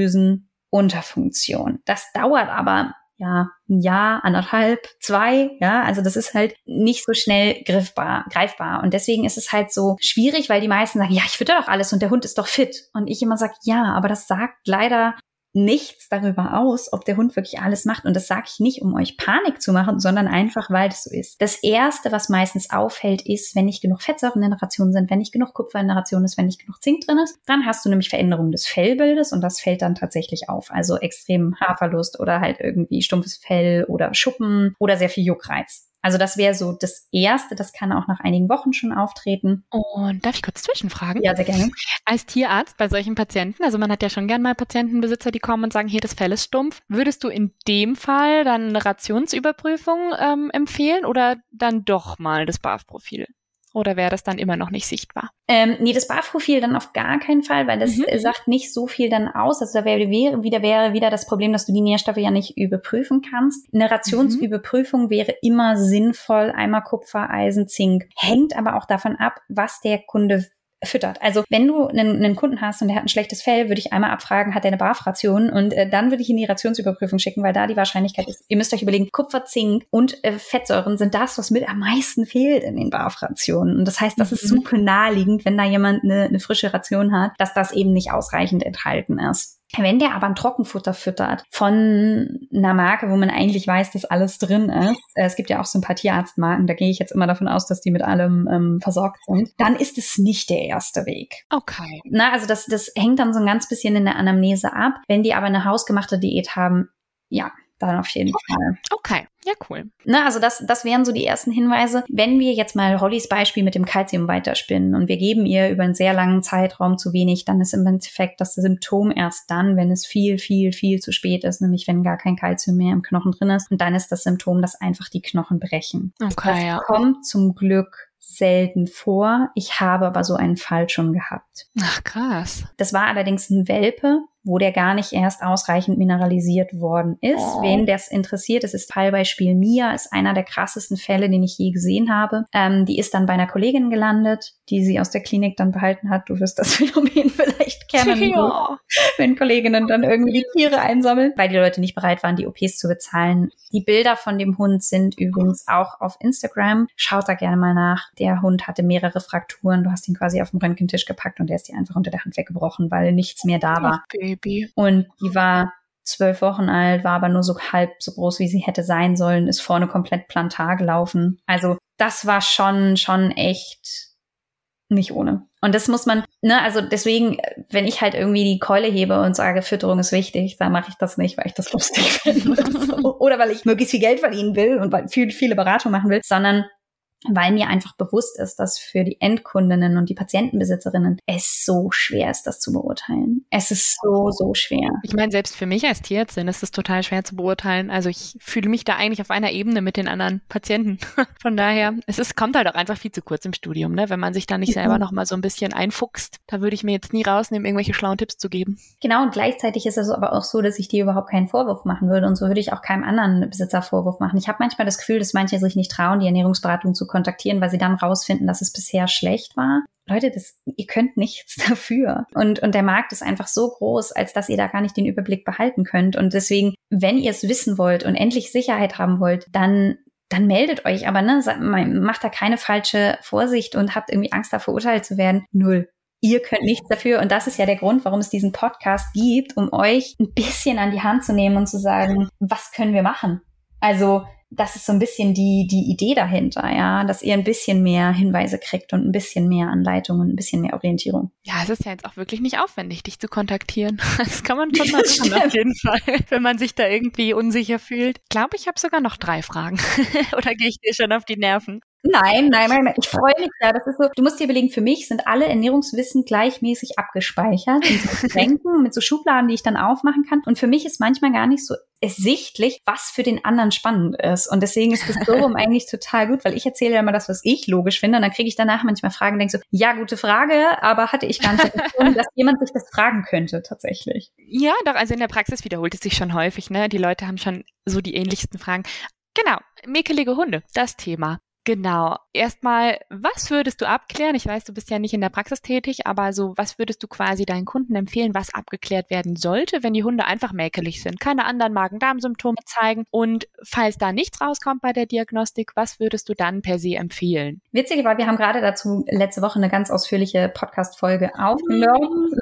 Schilddrüsenunterfunktion. Das dauert aber ja ein Jahr, anderthalb, zwei. Ja, also das ist halt nicht so schnell griffbar, greifbar. Und deswegen ist es halt so schwierig, weil die meisten sagen, ja, ich fütter doch alles und der Hund ist doch fit. Und ich immer sage, ja, aber das sagt leider nichts darüber aus, ob der Hund wirklich alles macht. Und das sage ich nicht, um euch Panik zu machen, sondern einfach, weil das so ist. Das Erste, was meistens auffällt, ist, wenn nicht genug Fettsäuren in der Ration sind, wenn nicht genug Kupfer in der Ration ist, wenn nicht genug Zink drin ist, dann hast du nämlich Veränderungen des Fellbildes und das fällt dann tatsächlich auf. Also extrem Haarverlust oder halt irgendwie stumpfes Fell oder Schuppen oder sehr viel Juckreiz. Also das wäre so das Erste, das kann auch nach einigen Wochen schon auftreten. Und darf ich kurz zwischenfragen? Ja, sehr gerne. Als Tierarzt bei solchen Patienten, also man hat ja schon gern mal Patientenbesitzer, die kommen und sagen, hier, das Fell ist stumpf. Würdest du in dem Fall dann eine Rationsüberprüfung ähm, empfehlen oder dann doch mal das B A F-Profil? Oder wäre das dann immer noch nicht sichtbar? Ähm, nee, das B A F-Profil dann auf gar keinen Fall, weil das mhm. sagt nicht so viel dann aus. Also da wäre wieder, wäre wieder das Problem, dass du die Nährstoffe ja nicht überprüfen kannst. Eine Rationsüberprüfung mhm. wäre immer sinnvoll. Einmal Kupfer, Eisen, Zink. Hängt aber auch davon ab, was der Kunde füttert. Also wenn du einen, einen Kunden hast und der hat ein schlechtes Fell, würde ich einmal abfragen, hat er eine B A F-Ration und äh, dann würde ich in die Rationsüberprüfung schicken, weil da die Wahrscheinlichkeit ist, ihr müsst euch überlegen, Kupfer, Zink und äh, Fettsäuren sind das, was mit am meisten fehlt in den B A F-Rationen. Und das heißt, das mhm. ist super naheliegend, wenn da jemand eine, eine frische Ration hat, dass das eben nicht ausreichend enthalten ist. Wenn der aber ein Trockenfutter füttert von einer Marke, wo man eigentlich weiß, dass alles drin ist, äh, es gibt ja auch so ein paar Tierarztmarken, da gehe ich jetzt immer davon aus, dass die mit allem ähm, versorgt sind, dann ist es nicht der erste Weg. Okay. Na, also das, das hängt dann so ein ganz bisschen in der Anamnese ab. Wenn die aber eine hausgemachte Diät haben, ja, dann auf jeden okay. Fall. Okay, ja cool. Na, also das, das wären so die ersten Hinweise. Wenn wir jetzt mal Hollys Beispiel mit dem Calcium weiterspinnen und wir geben ihr über einen sehr langen Zeitraum zu wenig, dann ist im Endeffekt das Symptom erst dann, wenn es viel, viel, viel zu spät ist, nämlich wenn gar kein Calcium mehr im Knochen drin ist. Und dann ist das Symptom, dass einfach die Knochen brechen. Okay, das ja. kommt zum Glück selten vor. Ich habe aber so einen Fall schon gehabt. Ach, krass. Das war allerdings ein Welpe, wo der gar nicht erst ausreichend mineralisiert worden ist. Oh. Wen das interessiert, das ist Fallbeispiel Mia, ist einer der krassesten Fälle, den ich je gesehen habe. Ähm, die ist dann bei einer Kollegin gelandet, die sie aus der Klinik dann behalten hat. Du wirst das Phänomen vielleicht kennen, ja. wenn Kolleginnen dann irgendwie die Tiere einsammeln, weil die Leute nicht bereit waren, die O Ps zu bezahlen. Die Bilder von dem Hund sind übrigens auch auf Instagram. Schaut da gerne mal nach. Der Hund hatte mehrere Frakturen. Du hast ihn quasi auf den Röntgentisch gepackt und der ist dir einfach unter der Hand weggebrochen, weil nichts mehr da war. Okay. Baby. Und die war zwölf Wochen alt, war aber nur so halb so groß, wie sie hätte sein sollen, ist vorne komplett plantar gelaufen. Also das war schon, schon echt nicht ohne. Und das muss man, ne, also deswegen, wenn ich halt irgendwie die Keule hebe und sage, Fütterung ist wichtig, dann mache ich das nicht, weil ich das lustig finde. Oder, so. Oder weil ich möglichst viel Geld verdienen will und weil viel, viele Beratung machen will, sondern weil mir einfach bewusst ist, dass für die Endkundinnen und die Patientenbesitzerinnen es so schwer ist, das zu beurteilen. Es ist so, so schwer. Ich meine, selbst für mich als Tierärztin ist es total schwer zu beurteilen. Also ich fühle mich da eigentlich auf einer Ebene mit den anderen Patienten. Von daher, es ist, kommt halt auch einfach viel zu kurz im Studium, ne? Wenn man sich da nicht selber noch mal so ein bisschen einfuchst. Da würde ich mir jetzt nie rausnehmen, irgendwelche schlauen Tipps zu geben. Genau, und gleichzeitig ist es aber auch so, dass ich dir überhaupt keinen Vorwurf machen würde. Und so würde ich auch keinem anderen Besitzer Vorwurf machen. Ich habe manchmal das Gefühl, dass manche sich nicht trauen, die Ernährungsberatung zu kontaktieren, weil sie dann rausfinden, dass es bisher schlecht war. Leute, das, ihr könnt nichts dafür. Und, und der Markt ist einfach so groß, als dass ihr da gar nicht den Überblick behalten könnt. Und deswegen, wenn ihr es wissen wollt und endlich Sicherheit haben wollt, dann dann meldet euch. Aber ne, macht da keine falsche Vorsicht und habt irgendwie Angst, da verurteilt zu werden. Null. Ihr könnt nichts dafür. Und das ist ja der Grund, warum es diesen Podcast gibt, um euch ein bisschen an die Hand zu nehmen und zu sagen, was können wir machen? Also das ist so ein bisschen die die Idee dahinter, ja, dass ihr ein bisschen mehr Hinweise kriegt und ein bisschen mehr Anleitung und ein bisschen mehr Orientierung. Ja, es ist ja jetzt auch wirklich nicht aufwendig, dich zu kontaktieren. Das kann man schon mal machen, auf jeden Fall, wenn man sich da irgendwie unsicher fühlt. Ich glaube, ich habe sogar noch drei Fragen. Oder gehe ich dir schon auf die Nerven? Nein, nein, nein, ich freue mich da. Das ist so, du musst dir überlegen, für mich sind alle Ernährungswissen gleichmäßig abgespeichert in so Schränken mit so Schubladen, die ich dann aufmachen kann. Und für mich ist manchmal gar nicht so ersichtlich, was für den anderen spannend ist. Und deswegen ist das Forum eigentlich total gut, weil ich erzähle ja immer das, was ich logisch finde. Und dann kriege ich danach manchmal Fragen und denke so, ja, gute Frage, aber hatte ich gar nicht gefunden, dass jemand sich das fragen könnte tatsächlich. Ja, doch, also in der Praxis wiederholt es sich schon häufig, ne? Die Leute haben schon so die ähnlichsten Fragen. Genau, mäkelige Hunde, das Thema. Genau. Erstmal, was würdest du abklären? Ich weiß, du bist ja nicht in der Praxis tätig, aber so, was würdest du quasi deinen Kunden empfehlen, was abgeklärt werden sollte, wenn die Hunde einfach mäkelig sind, keine anderen Magen-Darm-Symptome zeigen? Und falls da nichts rauskommt bei der Diagnostik, was würdest du dann per se empfehlen? Witzig war, wir haben gerade dazu letzte Woche eine ganz ausführliche Podcast-Folge aufgenommen.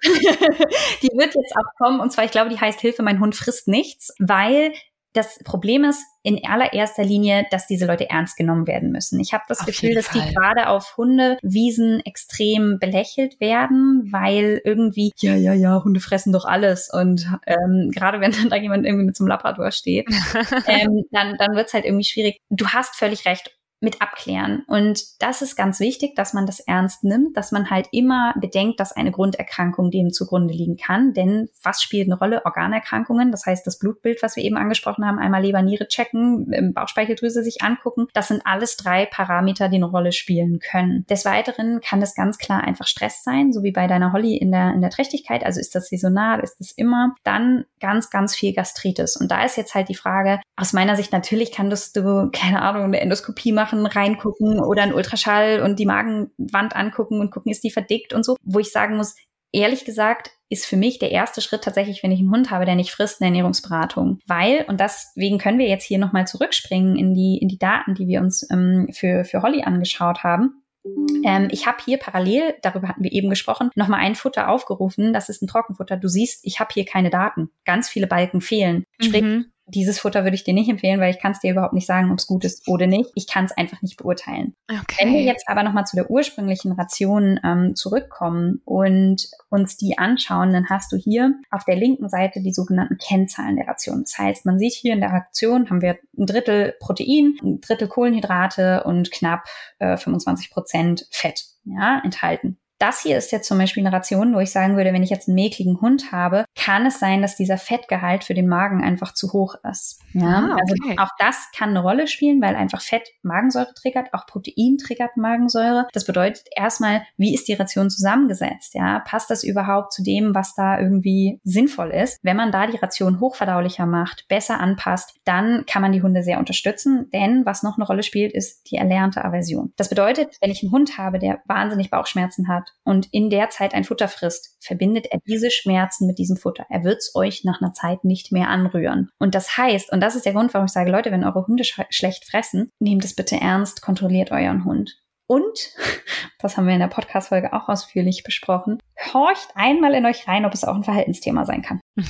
Die wird jetzt auch kommen. Und zwar, ich glaube, die heißt Hilfe, mein Hund frisst nichts, weil das Problem ist in allererster Linie, dass diese Leute ernst genommen werden müssen. Ich habe das auf Gefühl, dass die gerade auf Hundewiesen extrem belächelt werden, weil irgendwie, ja, ja, ja, Hunde fressen doch alles. Und ähm, gerade wenn dann da jemand irgendwie mit so einem Labrador steht, ähm, dann, dann wird's halt irgendwie schwierig. Du hast völlig recht. Mit abklären. Und das ist ganz wichtig, dass man das ernst nimmt, dass man halt immer bedenkt, dass eine Grunderkrankung dem zugrunde liegen kann. Denn was spielt eine Rolle? Organerkrankungen, das heißt das Blutbild, was wir eben angesprochen haben, einmal Leber, Niere checken, Bauchspeicheldrüse sich angucken. Das sind alles drei Parameter, die eine Rolle spielen können. Des Weiteren kann das ganz klar einfach Stress sein, so wie bei deiner Holly in der, in der Trächtigkeit. Also ist das saisonal, ist das immer? Dann ganz, ganz viel Gastritis. Und da ist jetzt halt die Frage, aus meiner Sicht natürlich kannst du, keine Ahnung, eine Endoskopie machen, reingucken oder einen Ultraschall und die Magenwand angucken und gucken, ist die verdickt und so. Wo ich sagen muss, ehrlich gesagt, ist für mich der erste Schritt tatsächlich, wenn ich einen Hund habe, der nicht frisst, eine Ernährungsberatung. Weil, und deswegen können wir jetzt hier nochmal zurückspringen in die, in die Daten, die wir uns ähm, für, für Holly angeschaut haben. Ähm, ich habe hier parallel, darüber hatten wir eben gesprochen, nochmal ein Futter aufgerufen. Das ist ein Trockenfutter. Du siehst, ich habe hier keine Daten. Ganz viele Balken fehlen. Sprich, mhm. Dieses Futter würde ich dir nicht empfehlen, weil ich kann es dir überhaupt nicht sagen, ob es gut ist oder nicht. Ich kann es einfach nicht beurteilen. Okay. Wenn wir jetzt aber nochmal zu der ursprünglichen Ration ähm, zurückkommen und uns die anschauen, dann hast du hier auf der linken Seite die sogenannten Kennzahlen der Ration. Das heißt, man sieht hier in der Ration haben wir ein Drittel Protein, ein Drittel Kohlenhydrate und knapp äh, fünfundzwanzig Prozent Fett, ja, enthalten. Das hier ist jetzt zum Beispiel eine Ration, wo ich sagen würde, wenn ich jetzt einen mäkligen Hund habe, kann es sein, dass dieser Fettgehalt für den Magen einfach zu hoch ist. Ja, ah, okay. Also auch das kann eine Rolle spielen, weil einfach Fett Magensäure triggert, auch Protein triggert Magensäure. Das bedeutet erstmal, wie ist die Ration zusammengesetzt? Ja, passt das überhaupt zu dem, was da irgendwie sinnvoll ist? Wenn man da die Ration hochverdaulicher macht, besser anpasst, dann kann man die Hunde sehr unterstützen. Denn was noch eine Rolle spielt, ist die erlernte Aversion. Das bedeutet, wenn ich einen Hund habe, der wahnsinnig Bauchschmerzen hat, und in der Zeit ein Futter frisst, verbindet er diese Schmerzen mit diesem Futter. Er wird es euch nach einer Zeit nicht mehr anrühren. Und das heißt, und das ist der Grund, warum ich sage, Leute, wenn eure Hunde sch- schlecht fressen, nehmt es bitte ernst, kontrolliert euren Hund. Und, das haben wir in der Podcast-Folge auch ausführlich besprochen, horcht einmal in euch rein, ob es auch ein Verhaltensthema sein kann. Mhm.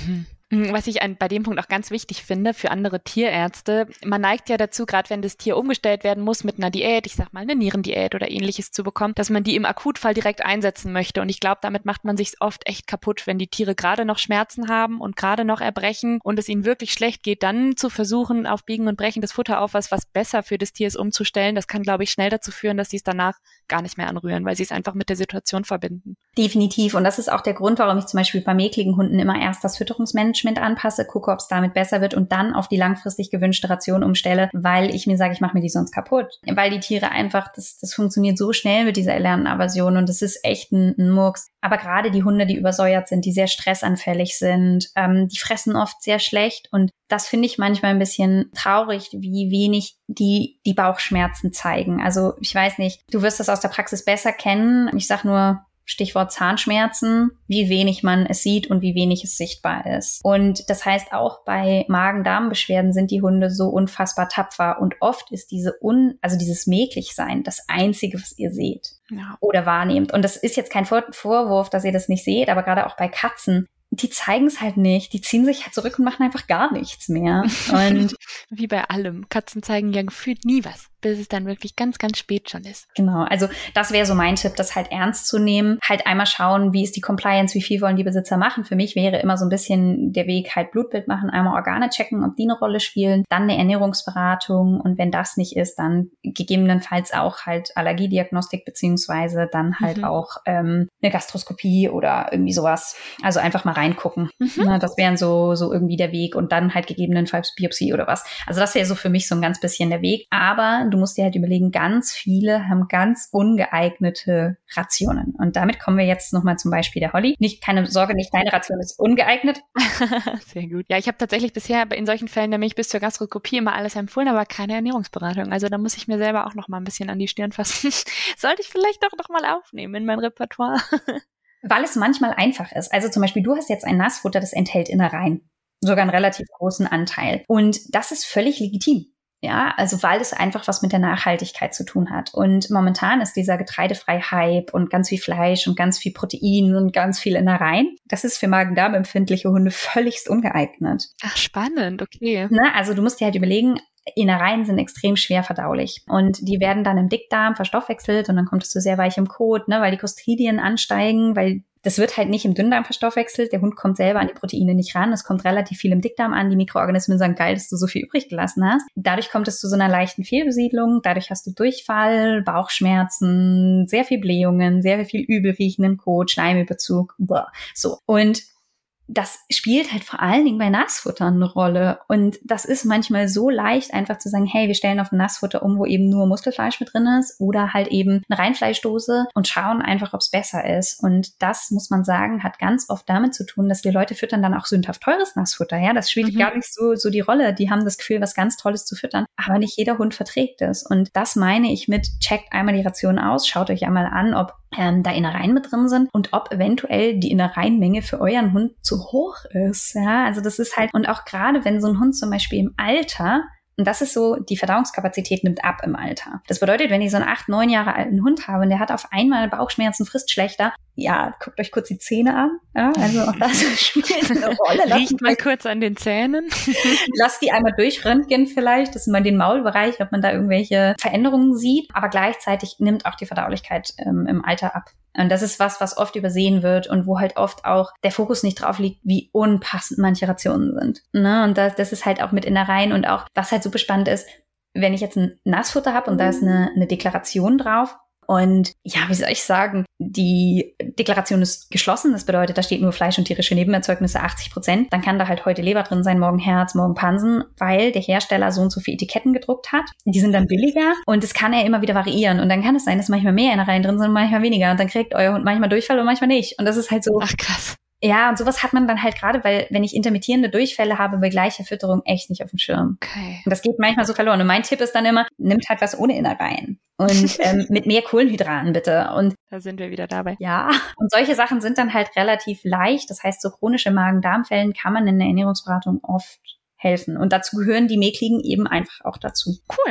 Was ich an, bei dem Punkt auch ganz wichtig finde für andere Tierärzte, man neigt ja dazu, gerade wenn das Tier umgestellt werden muss mit einer Diät, ich sag mal eine Nierendiät oder ähnliches zu bekommen, dass man die im Akutfall direkt einsetzen möchte. Und ich glaube, damit macht man sich oft echt kaputt, wenn die Tiere gerade noch Schmerzen haben und gerade noch erbrechen und es ihnen wirklich schlecht geht, dann zu versuchen, auf Biegen und Brechen das Futter auf was, was besser für das Tier ist, umzustellen. Das kann, glaube ich, schnell dazu führen, dass sie es danach gar nicht mehr anrühren, weil sie es einfach mit der Situation verbinden. Definitiv. Und das ist auch der Grund, warum ich zum Beispiel bei mäkligen Hunden immer erst das Fütterungsmanagement anpasse, gucke, ob es damit besser wird und dann auf die langfristig gewünschte Ration umstelle, weil ich mir sage, ich mache mir die sonst kaputt. Weil die Tiere einfach, das, das funktioniert so schnell mit dieser erlernten Aversion und das ist echt ein, ein Murks. Aber gerade die Hunde, die übersäuert sind, die sehr stressanfällig sind, ähm, die fressen oft sehr schlecht und das finde ich manchmal ein bisschen traurig, wie wenig die die Bauchschmerzen zeigen. Also ich weiß nicht, du wirst das aus der Praxis besser kennen. Ich sag nur Stichwort Zahnschmerzen, wie wenig man es sieht und wie wenig es sichtbar ist. Und das heißt, auch bei Magen-Darm-Beschwerden sind die Hunde so unfassbar tapfer und oft ist diese un, also dieses Mäglich-Sein das Einzige, was ihr seht ja. oder wahrnehmt. Und das ist jetzt kein Vor- Vorwurf, dass ihr das nicht seht, aber gerade auch bei Katzen, die zeigen es halt nicht. Die ziehen sich halt zurück und machen einfach gar nichts mehr. Und wie bei allem. Katzen zeigen ja gefühlt nie was, bis es dann wirklich ganz, ganz spät schon ist. Genau, also das wäre so mein Tipp, das halt ernst zu nehmen. Halt einmal schauen, wie ist die Compliance, wie viel wollen die Besitzer machen. Für mich wäre immer so ein bisschen der Weg halt Blutbild machen, einmal Organe checken, ob die eine Rolle spielen, dann eine Ernährungsberatung und wenn das nicht ist, dann gegebenenfalls auch halt Allergiediagnostik beziehungsweise dann halt mhm. auch ähm, eine Gastroskopie oder irgendwie sowas. Also einfach mal reingucken. Mhm. Na, das wären so so irgendwie der Weg und dann halt gegebenenfalls Biopsie oder was. Also das wäre so für mich so ein ganz bisschen der Weg. Aber du musst dir halt überlegen, ganz viele haben ganz ungeeignete Rationen. Und damit kommen wir jetzt nochmal zum Beispiel der Holly. Nicht, keine Sorge, nicht deine Ration ist ungeeignet. Sehr gut. Ja, ich habe tatsächlich bisher in solchen Fällen nämlich bis zur Gastroskopie immer alles empfohlen, aber keine Ernährungsberatung. Also da muss ich mir selber auch noch mal ein bisschen an die Stirn fassen. Sollte ich vielleicht doch noch mal aufnehmen in mein Repertoire. Weil es manchmal einfach ist. Also zum Beispiel, du hast jetzt ein Nassfutter, das enthält Innereien. Sogar einen relativ großen Anteil. Und das ist völlig legitim. Ja, also weil es einfach was mit der Nachhaltigkeit zu tun hat. Und momentan ist dieser Getreidefrei-Hype und ganz viel Fleisch und ganz viel Protein und ganz viel Innereien. Das ist für Magen-Darm-empfindliche Hunde völligst ungeeignet. Ach, spannend, okay. Ne? Also du musst dir halt überlegen, Innereien sind extrem schwer verdaulich und die werden dann im Dickdarm verstoffwechselt und dann kommt es zu sehr weichem Kot, ne, weil die Clostridien ansteigen, weil das wird halt nicht im Dünndarm verstoffwechselt. Der Hund kommt selber an die Proteine nicht ran. Es kommt relativ viel im Dickdarm an. Die Mikroorganismen sagen, geil, dass du so viel übrig gelassen hast. Dadurch kommt es zu so einer leichten Fehlbesiedlung. Dadurch hast du Durchfall, Bauchschmerzen, sehr viel Blähungen, sehr viel übel riechenden Kot, Schleimüberzug. Boah. So. Und das spielt halt vor allen Dingen bei Nassfuttern eine Rolle. Und das ist manchmal so leicht, einfach zu sagen, hey, wir stellen auf ein Nassfutter um, wo eben nur Muskelfleisch mit drin ist oder halt eben eine Reinfleischdose und schauen einfach, ob es besser ist. Und das, muss man sagen, hat ganz oft damit zu tun, dass die Leute füttern dann auch sündhaft teures Nassfutter. Ja, das spielt mhm. gar nicht so, so die Rolle. Die haben das Gefühl, was ganz Tolles zu füttern. Aber nicht jeder Hund verträgt es. Und das meine ich mit, checkt einmal die Ration aus, schaut euch einmal an, ob ähm, da Innereien mit drin sind und ob eventuell die Innereienmenge für euren Hund zu hoch ist. Ja, also das ist halt, und auch gerade wenn so ein Hund zum Beispiel im Alter, und das ist so, die Verdauungskapazität nimmt ab im Alter. Das bedeutet, wenn ich so einen acht, neun Jahre alten Hund habe und der hat auf einmal Bauchschmerzen, frisst schlechter, ja, guckt euch kurz die Zähne an. Ja, also auch das spielt eine Rolle. Riecht mal kurz an den Zähnen. Lasst die einmal durchröntgen vielleicht, das ist mal den Maulbereich, ob man da irgendwelche Veränderungen sieht. Aber gleichzeitig nimmt auch die Verdaulichkeit ähm, im Alter ab. Und das ist was, was oft übersehen wird und wo halt oft auch der Fokus nicht drauf liegt, wie unpassend manche Rationen sind. Ne? Und das, das ist halt auch mit Innereien und auch, was halt super spannend ist, wenn ich jetzt ein Nassfutter habe und da ist eine, eine Deklaration drauf, und ja, wie soll ich sagen, die Deklaration ist geschlossen. Das bedeutet, da steht nur Fleisch und tierische Nebenerzeugnisse achtzig Prozent. Dann kann da halt heute Leber drin sein, morgen Herz, morgen Pansen, weil der Hersteller so und so viele Etiketten gedruckt hat. Die sind dann billiger und es kann ja immer wieder variieren. Und dann kann es sein, dass manchmal mehr Innereien drin sind und manchmal weniger. Und dann kriegt euer Hund manchmal Durchfall und manchmal nicht. Und das ist halt so. Ach, krass. Ja, und sowas hat man dann halt gerade, weil wenn ich intermittierende Durchfälle habe bei gleicher Fütterung, echt nicht auf dem Schirm. Okay. Und das geht manchmal so verloren. Und mein Tipp ist dann immer, nimmt halt was ohne Innereien. Und ähm, mit mehr Kohlenhydraten bitte. Und da sind wir wieder dabei. Ja, und solche Sachen sind dann halt relativ leicht. Das heißt, so chronische Magen-Darm-Fällen kann man in der Ernährungsberatung oft helfen. Und dazu gehören die Mäkligen eben einfach auch dazu. Cool.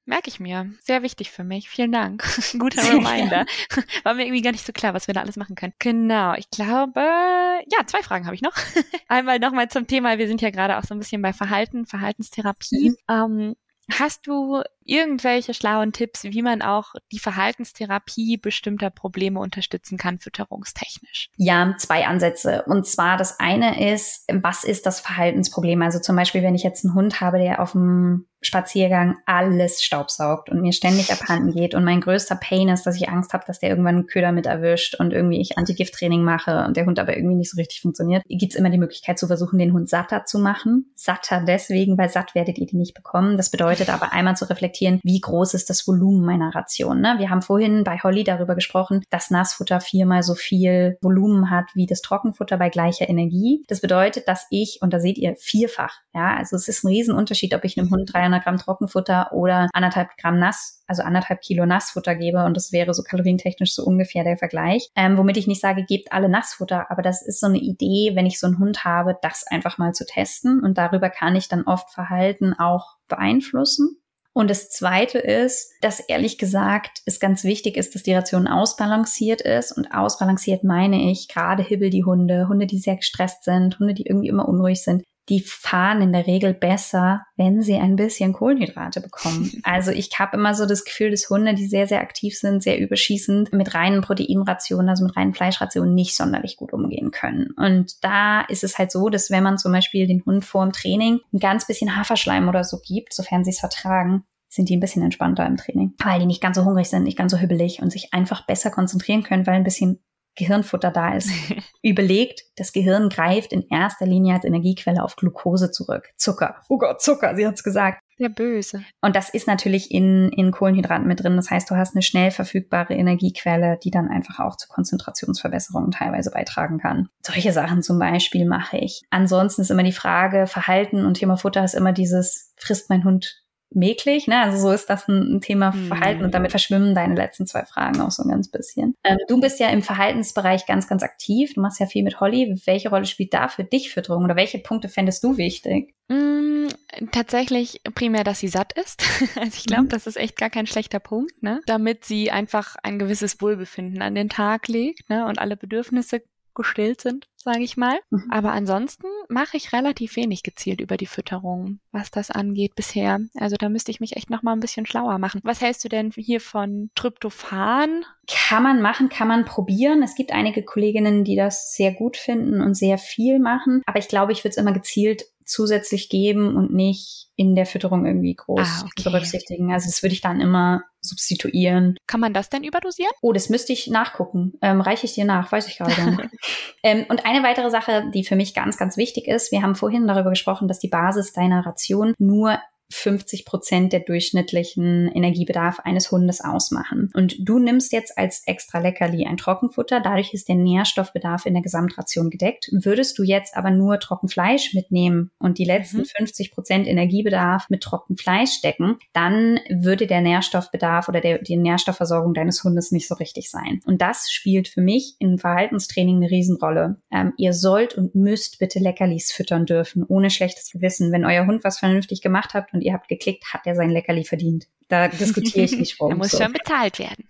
merke ich mir. Sehr wichtig für mich. Vielen Dank. Guter Reminder. War mir irgendwie gar nicht so klar, was wir da alles machen können. Genau, ich glaube, ja, zwei Fragen habe ich noch. Einmal nochmal zum Thema, wir sind ja gerade auch so ein bisschen bei Verhalten, Verhaltenstherapie. Mhm. Ähm, Hast du irgendwelche schlauen Tipps, wie man auch die Verhaltenstherapie bestimmter Probleme unterstützen kann, fütterungstechnisch? Ja, zwei Ansätze. Und zwar das eine ist, was ist das Verhaltensproblem? Also zum Beispiel, wenn ich jetzt einen Hund habe, der auf dem Spaziergang alles staubsaugt und mir ständig abhanden geht und mein größter Pain ist, dass ich Angst habe, dass der irgendwann einen Köder mit erwischt und irgendwie ich Antigifttraining mache und der Hund aber irgendwie nicht so richtig funktioniert, gibt es immer die Möglichkeit zu versuchen, den Hund satter zu machen. Satter deswegen, weil satt werdet ihr die nicht bekommen. Das bedeutet aber einmal zu reflektieren, wie groß ist das Volumen meiner Ration. Ne? Wir haben vorhin bei Holly darüber gesprochen, dass Nassfutter viermal so viel Volumen hat wie das Trockenfutter bei gleicher Energie. Das bedeutet, dass ich, und da seht ihr, vierfach, ja, also es ist ein Riesenunterschied, ob ich einem Hund dreihundert Gramm Trockenfutter oder anderthalb Gramm Nass, also anderthalb Kilo Nassfutter gebe, und das wäre so kalorientechnisch so ungefähr der Vergleich. Ähm, womit ich nicht sage, gebt alle Nassfutter, aber das ist so eine Idee, wenn ich so einen Hund habe, das einfach mal zu testen, und darüber kann ich dann oft Verhalten auch beeinflussen. Und das Zweite ist, dass ehrlich gesagt es ganz wichtig ist, dass die Ration ausbalanciert ist. Und ausbalanciert meine ich gerade Hibbel die Hunde, Hunde, die sehr gestresst sind, Hunde, die irgendwie immer unruhig sind. Die fahren in der Regel besser, wenn sie ein bisschen Kohlenhydrate bekommen. Also ich habe immer so das Gefühl, dass Hunde, die sehr, sehr aktiv sind, sehr überschießend, mit reinen Proteinrationen, also mit reinen Fleischrationen nicht sonderlich gut umgehen können. Und da ist es halt so, dass wenn man zum Beispiel den Hund vor dem Training ein ganz bisschen Haferschleim oder so gibt, sofern sie es vertragen, sind die ein bisschen entspannter im Training, weil die nicht ganz so hungrig sind, nicht ganz so hibbelig und sich einfach besser konzentrieren können, weil ein bisschen Gehirnfutter da ist. Überlegt, das Gehirn greift in erster Linie als Energiequelle auf Glucose zurück. Zucker. Oh Gott, Zucker, sie hat's gesagt. Der Böse. Und das ist natürlich in, in Kohlenhydraten mit drin. Das heißt, du hast eine schnell verfügbare Energiequelle, die dann einfach auch zu Konzentrationsverbesserungen teilweise beitragen kann. Solche Sachen zum Beispiel mache ich. Ansonsten ist immer die Frage, Verhalten und Thema Futter ist immer dieses, frisst mein Hund mäglich, ne? Also so ist das ein, ein Thema Verhalten, und damit verschwimmen deine letzten zwei Fragen auch so ein ganz bisschen. Ähm, du bist ja im Verhaltensbereich ganz, ganz aktiv. Du machst ja viel mit Holly. Welche Rolle spielt da für dich Fütterung, oder welche Punkte fändest du wichtig? Mm, tatsächlich primär, dass sie satt ist. Also ich glaube, mhm. das ist echt gar kein schlechter Punkt, ne? Damit sie einfach ein gewisses Wohlbefinden an den Tag legt, ne? Und alle Bedürfnisse gestillt sind, sage ich mal. Mhm. Aber ansonsten mache ich relativ wenig gezielt über die Fütterung, was das angeht bisher. Also da müsste ich mich echt noch mal ein bisschen schlauer machen. Was hältst du denn hier von Tryptophan? Kann man machen, kann man probieren. Es gibt einige Kolleginnen, die das sehr gut finden und sehr viel machen. Aber ich glaube, ich würde es immer gezielt zusätzlich geben und nicht in der Fütterung irgendwie groß ah, okay. berücksichtigen. Also das würde ich dann immer substituieren. Kann man das denn überdosieren? Oh, das müsste ich nachgucken. Ähm, reiche ich dir nach, weiß ich gerade gar nicht. ähm, und eine weitere Sache, die für mich ganz, ganz wichtig ist, wir haben vorhin darüber gesprochen, dass die Basis deiner Ration nur fünfzig Prozent der durchschnittlichen Energiebedarf eines Hundes ausmachen. Und du nimmst jetzt als extra Leckerli ein Trockenfutter, dadurch ist der Nährstoffbedarf in der Gesamtration gedeckt. Würdest du jetzt aber nur Trockenfleisch mitnehmen und die letzten mhm. fünfzig Prozent Energiebedarf mit Trockenfleisch decken, dann würde der Nährstoffbedarf oder der, die Nährstoffversorgung deines Hundes nicht so richtig sein. Und das spielt für mich im Verhaltenstraining eine Riesenrolle. Ähm, ihr sollt und müsst bitte Leckerlis füttern dürfen, ohne schlechtes Gewissen. Wenn euer Hund was vernünftig gemacht hat und ihr habt geklickt, hat er sein Leckerli verdient. Da diskutiere ich nicht rum. Er muss so. schon bezahlt werden.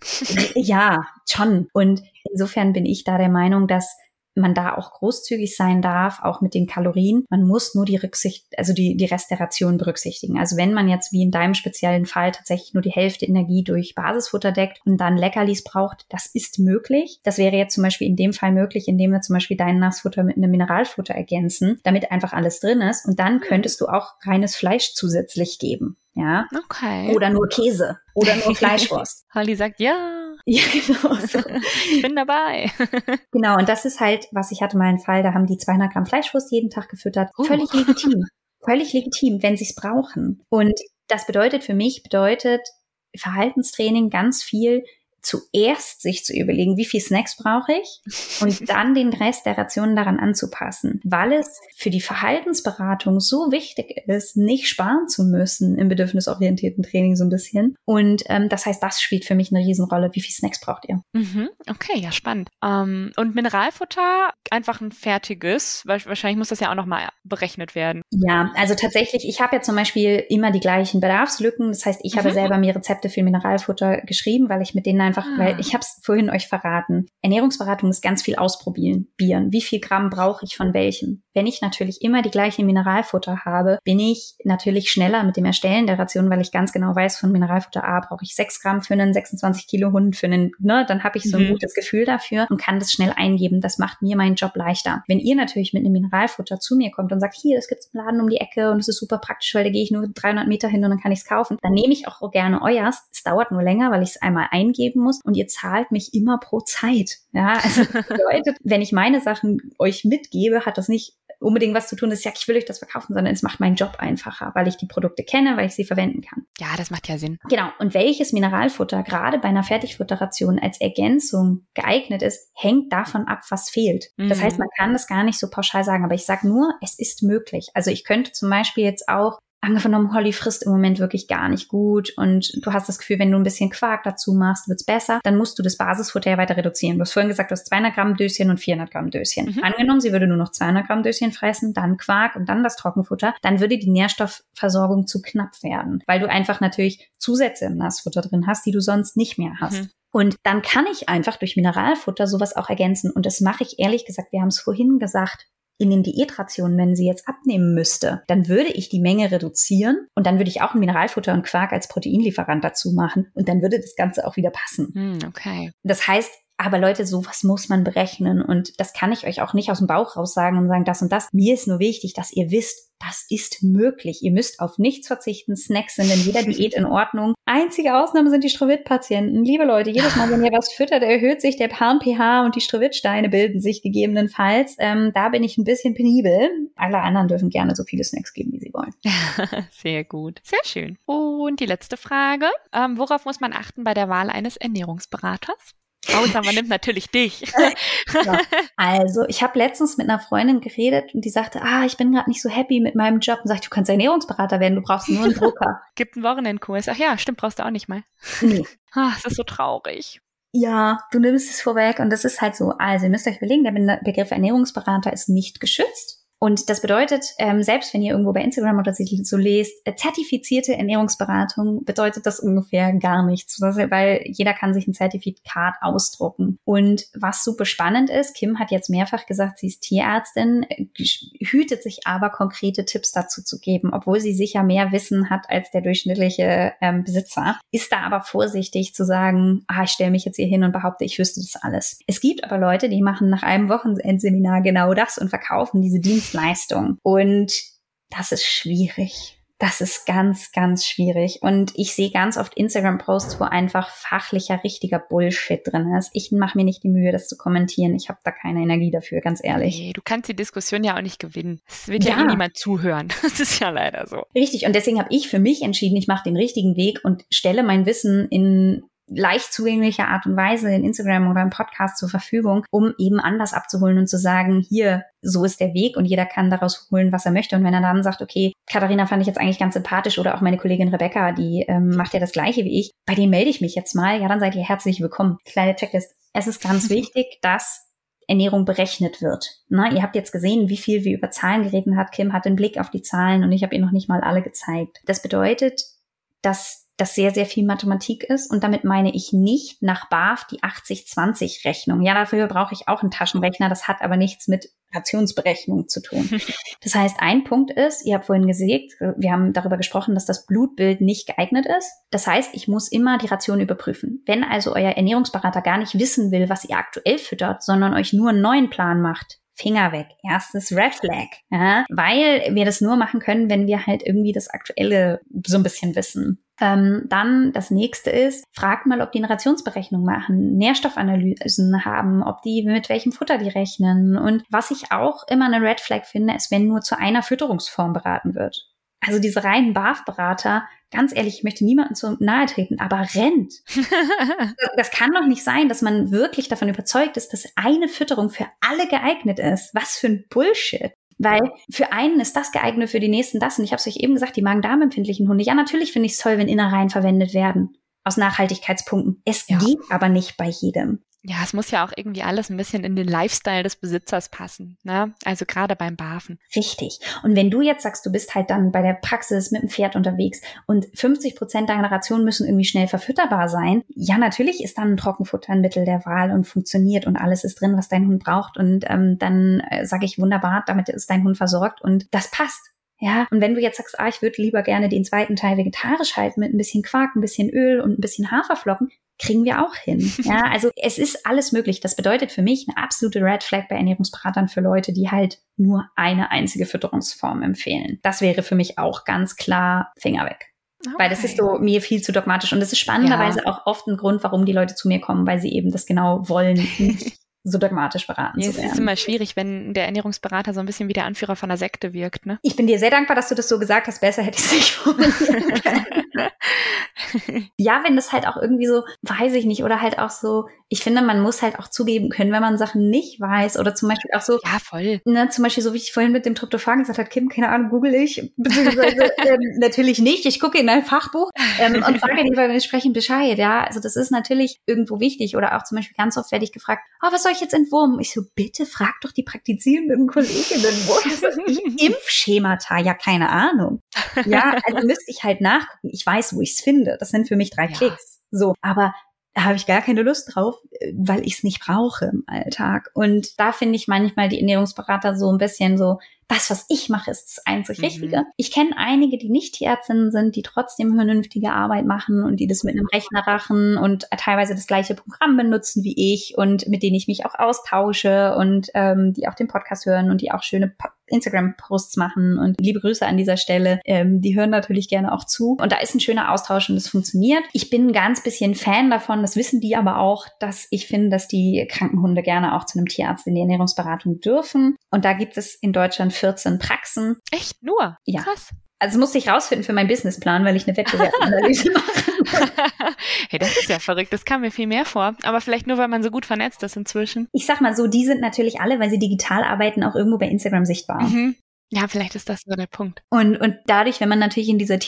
Ja, schon. Und insofern bin ich da der Meinung, dass man da auch großzügig sein darf, auch mit den Kalorien. Man muss nur die Rücksicht, also die, die Rest der Ration berücksichtigen. Also wenn man jetzt wie in deinem speziellen Fall tatsächlich nur die Hälfte Energie durch Basisfutter deckt und dann Leckerlis braucht, das ist möglich. Das wäre jetzt zum Beispiel in dem Fall möglich, indem wir zum Beispiel dein Nassfutter mit einem Mineralfutter ergänzen, damit einfach alles drin ist. Und dann könntest du auch reines Fleisch zusätzlich geben. Ja. Okay. Oder nur Käse. Oder nur Fleischwurst. Holly sagt ja. Ja, genau. So. Ich bin dabei. Genau, und das ist halt, was ich hatte mal einen Fall, da haben die zweihundert Gramm Fleischwurst jeden Tag gefüttert. Uh. Völlig legitim. Völlig legitim, wenn sie es brauchen. Und das bedeutet für mich, bedeutet Verhaltenstraining ganz viel, zuerst sich zu überlegen, wie viel Snacks brauche ich und dann den Rest der Rationen daran anzupassen, weil es für die Verhaltensberatung so wichtig ist, nicht sparen zu müssen im bedürfnisorientierten Training so ein bisschen. Und ähm, das heißt, das spielt für mich eine Riesenrolle. Wie viel Snacks braucht ihr? Mhm, okay, ja, spannend. Ähm, und Mineralfutter, einfach ein fertiges, weil wahrscheinlich muss das ja auch nochmal berechnet werden. Ja, also tatsächlich, ich habe ja zum Beispiel immer die gleichen Bedarfslücken. Das heißt, ich mhm. habe selber mir Rezepte für Mineralfutter geschrieben, weil ich mit denen einfach, ah. weil ich habe es vorhin euch verraten. Ernährungsberatung ist ganz viel ausprobieren. Wie viel Gramm brauche ich von welchem? Wenn ich natürlich immer die gleiche Mineralfutter habe, bin ich natürlich schneller mit dem Erstellen der Ration, weil ich ganz genau weiß, von Mineralfutter A brauche ich sechs Gramm für einen sechsundzwanzig Kilo Hund, für einen, ne, dann habe ich so ein mhm. gutes Gefühl dafür und kann das schnell eingeben. Das macht mir meinen Job leichter. Wenn ihr natürlich mit einem Mineralfutter zu mir kommt und sagt, hier, das gibt's im Laden um die Ecke und es ist super praktisch, weil da gehe ich nur dreihundert Meter hin und dann kann ich es kaufen, dann nehme ich auch gerne euers. Es dauert nur länger, weil ich es einmal eingeben muss und ihr zahlt mich immer pro Zeit. Ja, also das bedeutet, wenn ich meine Sachen euch mitgebe, hat das nicht unbedingt was zu tun, dass ich sage, ich will euch das verkaufen, sondern es macht meinen Job einfacher, weil ich die Produkte kenne, weil ich sie verwenden kann. Ja, das macht ja Sinn. Genau. Und welches Mineralfutter gerade bei einer Fertigfutterration als Ergänzung geeignet ist, hängt davon ab, was fehlt. Mhm. Das heißt, man kann das gar nicht so pauschal sagen, aber ich sage nur, es ist möglich. Also ich könnte zum Beispiel jetzt auch angenommen, Holly frisst im Moment wirklich gar nicht gut und du hast das Gefühl, wenn du ein bisschen Quark dazu machst, wird's besser, dann musst du das Basisfutter ja weiter reduzieren. Du hast vorhin gesagt, du hast zweihundert Gramm Döschen und vierhundert Gramm Döschen. Mhm. Angenommen, sie würde nur noch zweihundert Gramm Döschen fressen, dann Quark und dann das Trockenfutter, dann würde die Nährstoffversorgung zu knapp werden, weil du einfach natürlich Zusätze im Nassfutter drin hast, die du sonst nicht mehr hast. Mhm. Und dann kann ich einfach durch Mineralfutter sowas auch ergänzen und das mache ich ehrlich gesagt, wir haben es vorhin gesagt, in den Diätrationen, wenn sie jetzt abnehmen müsste, dann würde ich die Menge reduzieren und dann würde ich auch ein Mineralfutter und Quark als Proteinlieferant dazu machen und dann würde das Ganze auch wieder passen. Hm, okay. Das heißt, aber Leute, sowas muss man berechnen und das kann ich euch auch nicht aus dem Bauch raus sagen und sagen, das und das. Mir ist nur wichtig, dass ihr wisst, das ist möglich. Ihr müsst auf nichts verzichten. Snacks sind in jeder Diät in Ordnung. Einzige Ausnahme sind die Strovid-Patienten. Liebe Leute, jedes Mal, wenn ihr was füttert, erhöht sich der Harn-pH und die Strovid-Steine bilden sich gegebenenfalls. Ähm, da bin ich ein bisschen penibel. Alle anderen dürfen gerne so viele Snacks geben, wie sie wollen. Sehr gut. Sehr schön. Und die letzte Frage. Ähm, worauf muss man achten bei der Wahl eines Ernährungsberaters? Außer man nimmt natürlich dich. Ja. Also, ich habe letztens mit einer Freundin geredet und die sagte, ah, ich bin gerade nicht so happy mit meinem Job. Und sagt, du kannst Ernährungsberater werden, du brauchst nur einen Drucker. Gibt einen Wochenendkurs. Ach ja, stimmt, brauchst du auch nicht mal. Nee. Ah, das ist so traurig. Ja, du nimmst es vorweg und das ist halt so. Also, ihr müsst euch überlegen, der Begriff Ernährungsberater ist nicht geschützt. Und das bedeutet, ähm, selbst wenn ihr irgendwo bei Instagram oder so lest, äh, zertifizierte Ernährungsberatung, bedeutet das ungefähr gar nichts, weil jeder kann sich ein Zertifikat ausdrucken. Und was super spannend ist, Kim hat jetzt mehrfach gesagt, sie ist Tierärztin, hütet sich aber konkrete Tipps dazu zu geben, obwohl sie sicher mehr Wissen hat als der durchschnittliche ähm, Besitzer, ist da aber vorsichtig zu sagen, ah, ich stelle mich jetzt hier hin und behaupte, ich wüsste das alles. Es gibt aber Leute, die machen nach einem Wochenendseminar genau das und verkaufen diese Dienste Leistung. Und das ist schwierig. Das ist ganz, ganz schwierig. Und ich sehe ganz oft Instagram-Posts, wo einfach fachlicher, richtiger Bullshit drin ist. Ich mache mir nicht die Mühe, das zu kommentieren. Ich habe da keine Energie dafür, ganz ehrlich. Nee, du kannst die Diskussion ja auch nicht gewinnen. Es wird ja, ja eh niemand zuhören. Das ist ja leider so. Richtig. Und deswegen habe ich für mich entschieden, ich mache den richtigen Weg und stelle mein Wissen in leicht zugänglicher Art und Weise in Instagram oder im Podcast zur Verfügung, um eben anders abzuholen und zu sagen, hier, so ist der Weg und jeder kann daraus holen, was er möchte. Und wenn er dann sagt, okay, Katharina fand ich jetzt eigentlich ganz sympathisch oder auch meine Kollegin Rebecca, die ähm, macht ja das Gleiche wie ich, bei denen melde ich mich jetzt mal, ja, dann seid ihr herzlich willkommen. Kleine Checklist. Es ist ganz wichtig, dass Ernährung berechnet wird. Na, ihr habt jetzt gesehen, wie viel wir über Zahlen geredet hat. Kim hat den Blick auf die Zahlen und ich habe ihr noch nicht mal alle gezeigt. Das bedeutet, dass das sehr, sehr viel Mathematik ist. Und damit meine ich nicht nach B A F die achtzig zwanzig Rechnung. Ja, dafür brauche ich auch einen Taschenrechner. Das hat aber nichts mit Rationsberechnung zu tun. Das heißt, ein Punkt ist, ihr habt vorhin gesagt, wir haben darüber gesprochen, dass das Blutbild nicht geeignet ist. Das heißt, ich muss immer die Ration überprüfen. Wenn also euer Ernährungsberater gar nicht wissen will, was ihr aktuell füttert, sondern euch nur einen neuen Plan macht, Finger weg. Erstes Red Flag. Ja, weil wir das nur machen können, wenn wir halt irgendwie das Aktuelle so ein bisschen wissen. Ähm, dann das nächste ist, fragt mal, ob die eine Rationsberechnung machen, Nährstoffanalysen haben, ob die mit welchem Futter die rechnen. Und was ich auch immer eine Red Flag finde, ist, wenn nur zu einer Fütterungsform beraten wird. Also diese reinen B A F-Berater, ganz ehrlich, ich möchte niemandem zu nahe treten, aber rennt. Das kann doch nicht sein, dass man wirklich davon überzeugt ist, dass eine Fütterung für alle geeignet ist. Was für ein Bullshit. Weil für einen ist das geeignet, für die nächsten das. Und ich habe es euch eben gesagt, die Magen-Darm-empfindlichen Hunde. Ja, natürlich finde ich es toll, wenn Innereien verwendet werden. Aus Nachhaltigkeitspunkten. Es ja. geht aber nicht bei jedem. Ja, es muss ja auch irgendwie alles ein bisschen in den Lifestyle des Besitzers passen, ne? Also gerade beim Barfen. Richtig. Und wenn du jetzt sagst, du bist halt dann bei der Praxis mit dem Pferd unterwegs und fünfzig Prozent deiner Rationen müssen irgendwie schnell verfütterbar sein, ja, natürlich ist dann ein Trockenfutter ein Mittel der Wahl und funktioniert und alles ist drin, was dein Hund braucht. Und ähm, dann äh, sage ich wunderbar, damit ist dein Hund versorgt und das passt. Ja, und wenn du jetzt sagst, ah, ich würde lieber gerne den zweiten Teil vegetarisch halten mit ein bisschen Quark, ein bisschen Öl und ein bisschen Haferflocken, kriegen wir auch hin. Ja, also es ist alles möglich. Das bedeutet für mich eine absolute Red Flag bei Ernährungsberatern für Leute, die halt nur eine einzige Fütterungsform empfehlen. Das wäre für mich auch ganz klar Finger weg. Okay. Weil das ist so mir viel zu dogmatisch. Und das ist spannenderweise ja. auch oft ein Grund, warum die Leute zu mir kommen, weil sie eben das genau wollen, nicht so dogmatisch beraten ja, zu werden. Es ist immer schwierig, wenn der Ernährungsberater so ein bisschen wie der Anführer von einer Sekte wirkt, ne? Ich bin dir sehr dankbar, dass du das so gesagt hast. Besser hätte ich es nicht formulieren können. Ja, wenn das halt auch irgendwie so, weiß ich nicht, oder halt auch so, ich finde, man muss halt auch zugeben können, wenn man Sachen nicht weiß oder zum Beispiel auch so, ja, voll. Ne, zum Beispiel so, wie ich vorhin mit dem Tryptophan gesagt habe, Kim, keine Ahnung, google ich, beziehungsweise ähm, natürlich nicht, ich gucke in ein Fachbuch ähm, und frage die beim Sprechen Bescheid, ja, also das ist natürlich irgendwo wichtig oder auch zum Beispiel ganz oft werde ich gefragt, oh, was soll ich jetzt entwurmen? Ich so, bitte frag doch die praktizierenden Kolleginnen, wo ist das Impfschemata? Ja, keine Ahnung. Ja, also müsste ich halt nachgucken, ich weiß, wo ich es finde, das sind für mich drei ja. Klicks, so, aber da habe ich gar keine Lust drauf, weil ich es nicht brauche im Alltag. Und da finde ich manchmal die Ernährungsberater so ein bisschen so, das, was ich mache, ist das einzig Richtige. Mhm. Ich kenne einige, die nicht Tierärztinnen sind, die trotzdem vernünftige Arbeit machen und die das mit einem Rechner machen und teilweise das gleiche Programm benutzen wie ich und mit denen ich mich auch austausche und ähm, die auch den Podcast hören und die auch schöne po- Instagram-Posts machen. Und liebe Grüße an dieser Stelle. Ähm, die hören natürlich gerne auch zu. Und da ist ein schöner Austausch und das funktioniert. Ich bin ein ganz bisschen Fan davon, das wissen die aber auch, dass ich finde, dass die Krankenhunde gerne auch zu einem Tierarzt in die Ernährungsberatung dürfen. Und da gibt es in Deutschland vierzehn Praxen. Echt? Nur? Ja. Krass. Also musste ich rausfinden für meinen Businessplan, weil ich eine Wettbewerbsanalyse mache. Hey, das ist ja verrückt. Das kam mir viel mehr vor. Aber vielleicht nur, weil man so gut vernetzt ist inzwischen. Ich sag mal so, die sind natürlich alle, weil sie digital arbeiten, auch irgendwo bei Instagram sichtbar. Mhm. Ja, vielleicht ist das so der Punkt. Und und dadurch, wenn man natürlich in dieser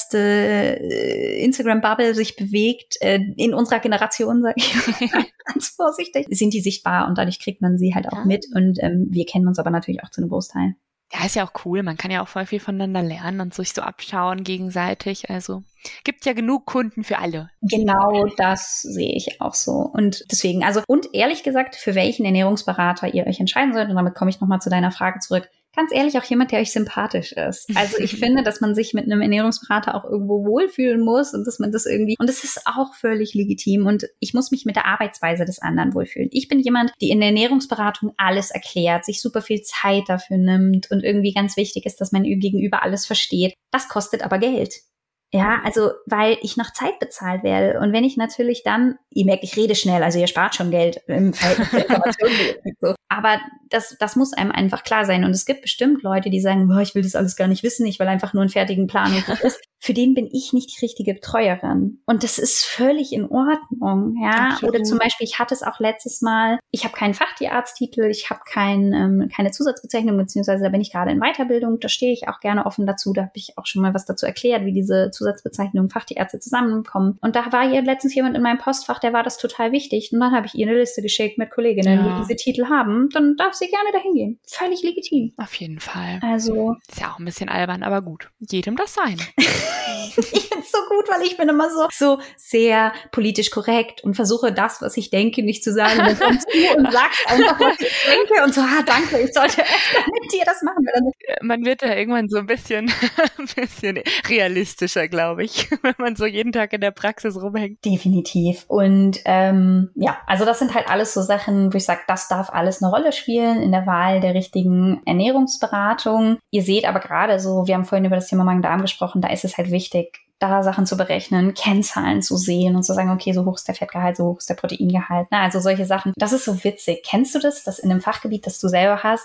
Tierärzte-Instagram-Bubble sich bewegt, äh, in unserer Generation, sage ich ganz vorsichtig, sind die sichtbar und dadurch kriegt man sie halt auch ja. mit. Und ähm, wir kennen uns aber natürlich auch zu einem Großteil. Ja, ist ja auch cool. Man kann ja auch voll viel voneinander lernen und sich so abschauen gegenseitig. Also gibt ja genug Kunden für alle. Genau, das sehe ich auch so. Und deswegen, also und ehrlich gesagt, für welchen Ernährungsberater ihr euch entscheiden sollt, und damit komme ich nochmal zu deiner Frage zurück, ganz ehrlich, auch jemand, der euch sympathisch ist. Also ich finde, dass man sich mit einem Ernährungsberater auch irgendwo wohlfühlen muss und dass man das irgendwie, und das ist auch völlig legitim und ich muss mich mit der Arbeitsweise des anderen wohlfühlen. Ich bin jemand, die in der Ernährungsberatung alles erklärt, sich super viel Zeit dafür nimmt und irgendwie ganz wichtig ist, dass mein Gegenüber alles versteht. Das kostet aber Geld. Ja, also, weil ich noch Zeit bezahlt werde. Und wenn ich natürlich dann, ihr merkt, ich rede schnell, also ihr spart schon Geld im Verhältnis zur Information. So. Aber das, das muss einem einfach klar sein. Und es gibt bestimmt Leute, die sagen, boah, ich will das alles gar nicht wissen, ich will einfach nur einen fertigen Plan und gut ist. Für den bin ich nicht die richtige Betreuerin. Und das ist völlig in Ordnung, ja. Absolut. Oder zum Beispiel, ich hatte es auch letztes Mal, ich habe keinen Fachtierarzttitel, ich habe kein, ähm, keine Zusatzbezeichnung, beziehungsweise da bin ich gerade in Weiterbildung, da stehe ich auch gerne offen dazu, da habe ich auch schon mal was dazu erklärt, wie diese Zusatzbezeichnungen Fachtierärzte zusammenkommen. Und da war hier letztens jemand in meinem Postfach, der war das total wichtig. Und dann habe ich ihr eine Liste geschickt mit Kolleginnen, ja. die diese Titel haben. Dann darf sie gerne dahin gehen. Völlig legitim. Auf jeden Fall. Also. Ist ja auch ein bisschen albern, aber gut. Jedem das sein. Ich find's so gut, weil ich bin immer so, so sehr politisch korrekt und versuche das, was ich denke, nicht zu sagen. Und dann kommst du und sagst einfach, was ich denke und so, ah, danke, ich sollte öfter mit dir das machen. Man wird ja irgendwann so ein bisschen, ein bisschen realistischer, glaube ich, wenn man so jeden Tag in der Praxis rumhängt. Definitiv. Und ähm, ja, also das sind halt alles so Sachen, wo ich sage, das darf alles eine Rolle spielen in der Wahl der richtigen Ernährungsberatung. Ihr seht aber gerade so, wir haben vorhin über das Thema Magen-Darm gesprochen, da ist es halt wichtig, da Sachen zu berechnen, Kennzahlen zu sehen und zu sagen, okay, so hoch ist der Fettgehalt, so hoch ist der Proteingehalt. Na, also solche Sachen. Das ist so witzig. Kennst du das, dass in dem Fachgebiet, das du selber hast,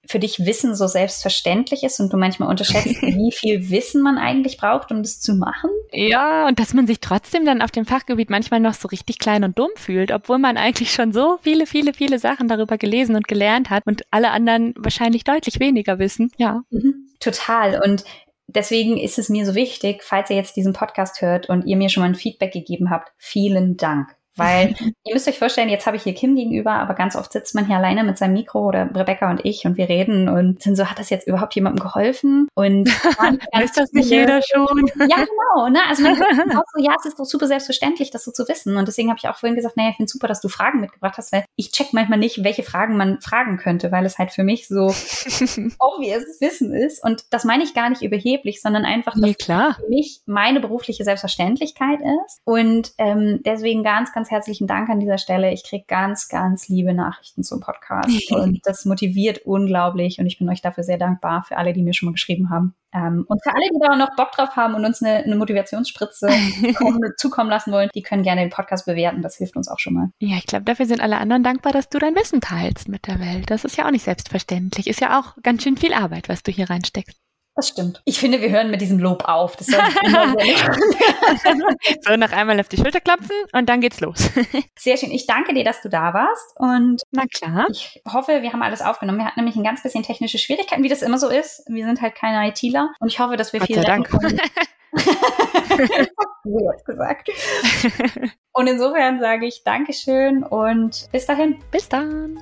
für dich Wissen so selbstverständlich ist und du manchmal unterschätzt, wie viel Wissen man eigentlich braucht, um das zu machen. Ja, und dass man sich trotzdem dann auf dem Fachgebiet manchmal noch so richtig klein und dumm fühlt, obwohl man eigentlich schon so viele, viele, viele Sachen darüber gelesen und gelernt hat und alle anderen wahrscheinlich deutlich weniger wissen. Ja. Mhm. Total. Und deswegen ist es mir so wichtig, falls ihr jetzt diesen Podcast hört und ihr mir schon mal ein Feedback gegeben habt, vielen Dank. Weil ihr müsst euch vorstellen, jetzt habe ich hier Kim gegenüber, aber ganz oft sitzt man hier alleine mit seinem Mikro oder Rebecca und ich und wir reden und sind so, hat das jetzt überhaupt jemandem geholfen? Und weiß das nicht jeder schon? Ja, genau. Ne? Also man sagt auch so, ja, es ist doch super selbstverständlich, das so zu wissen. Und deswegen habe ich auch vorhin gesagt, naja, ich finde super, dass du Fragen mitgebracht hast, weil ich check manchmal nicht, welche Fragen man fragen könnte, weil es halt für mich so obvious Wissen ist. Und das meine ich gar nicht überheblich, sondern einfach, dass nee, klar. für mich meine berufliche Selbstverständlichkeit ist. Und ähm, deswegen ganz, ganz herzlichen Dank an dieser Stelle. Ich kriege ganz, ganz liebe Nachrichten zum Podcast und das motiviert unglaublich und ich bin euch dafür sehr dankbar, für alle, die mir schon mal geschrieben haben. Ähm, und für alle, die da noch Bock drauf haben und uns eine, eine Motivationsspritze kommen, zukommen lassen wollen, die können gerne den Podcast bewerten. Das hilft uns auch schon mal. Ja, ich glaube, dafür sind alle anderen dankbar, dass du dein Wissen teilst mit der Welt. Das ist ja auch nicht selbstverständlich. Ist ja auch ganz schön viel Arbeit, was du hier reinsteckst. Das stimmt. Ich finde, wir hören mit diesem Lob auf. Das soll immer so, so, noch einmal auf die Schulter klopfen und dann geht's los. Sehr schön. Ich danke dir, dass du da warst. Und na klar. Ich hoffe, wir haben alles aufgenommen. Wir hatten nämlich ein ganz bisschen technische Schwierigkeiten, wie das immer so ist. Wir sind halt keine ITler. Und ich hoffe, dass wir Gott viel sei Dank. Wie jetzt gesagt. Und insofern sage ich Dankeschön und bis dahin. Bis dann.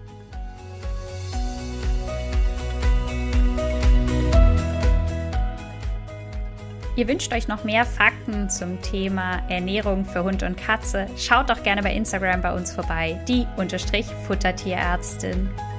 Ihr wünscht euch noch mehr Fakten zum Thema Ernährung für Hund und Katze? Schaut doch gerne bei Instagram bei uns vorbei, die Unterstrich Futtertierärztin.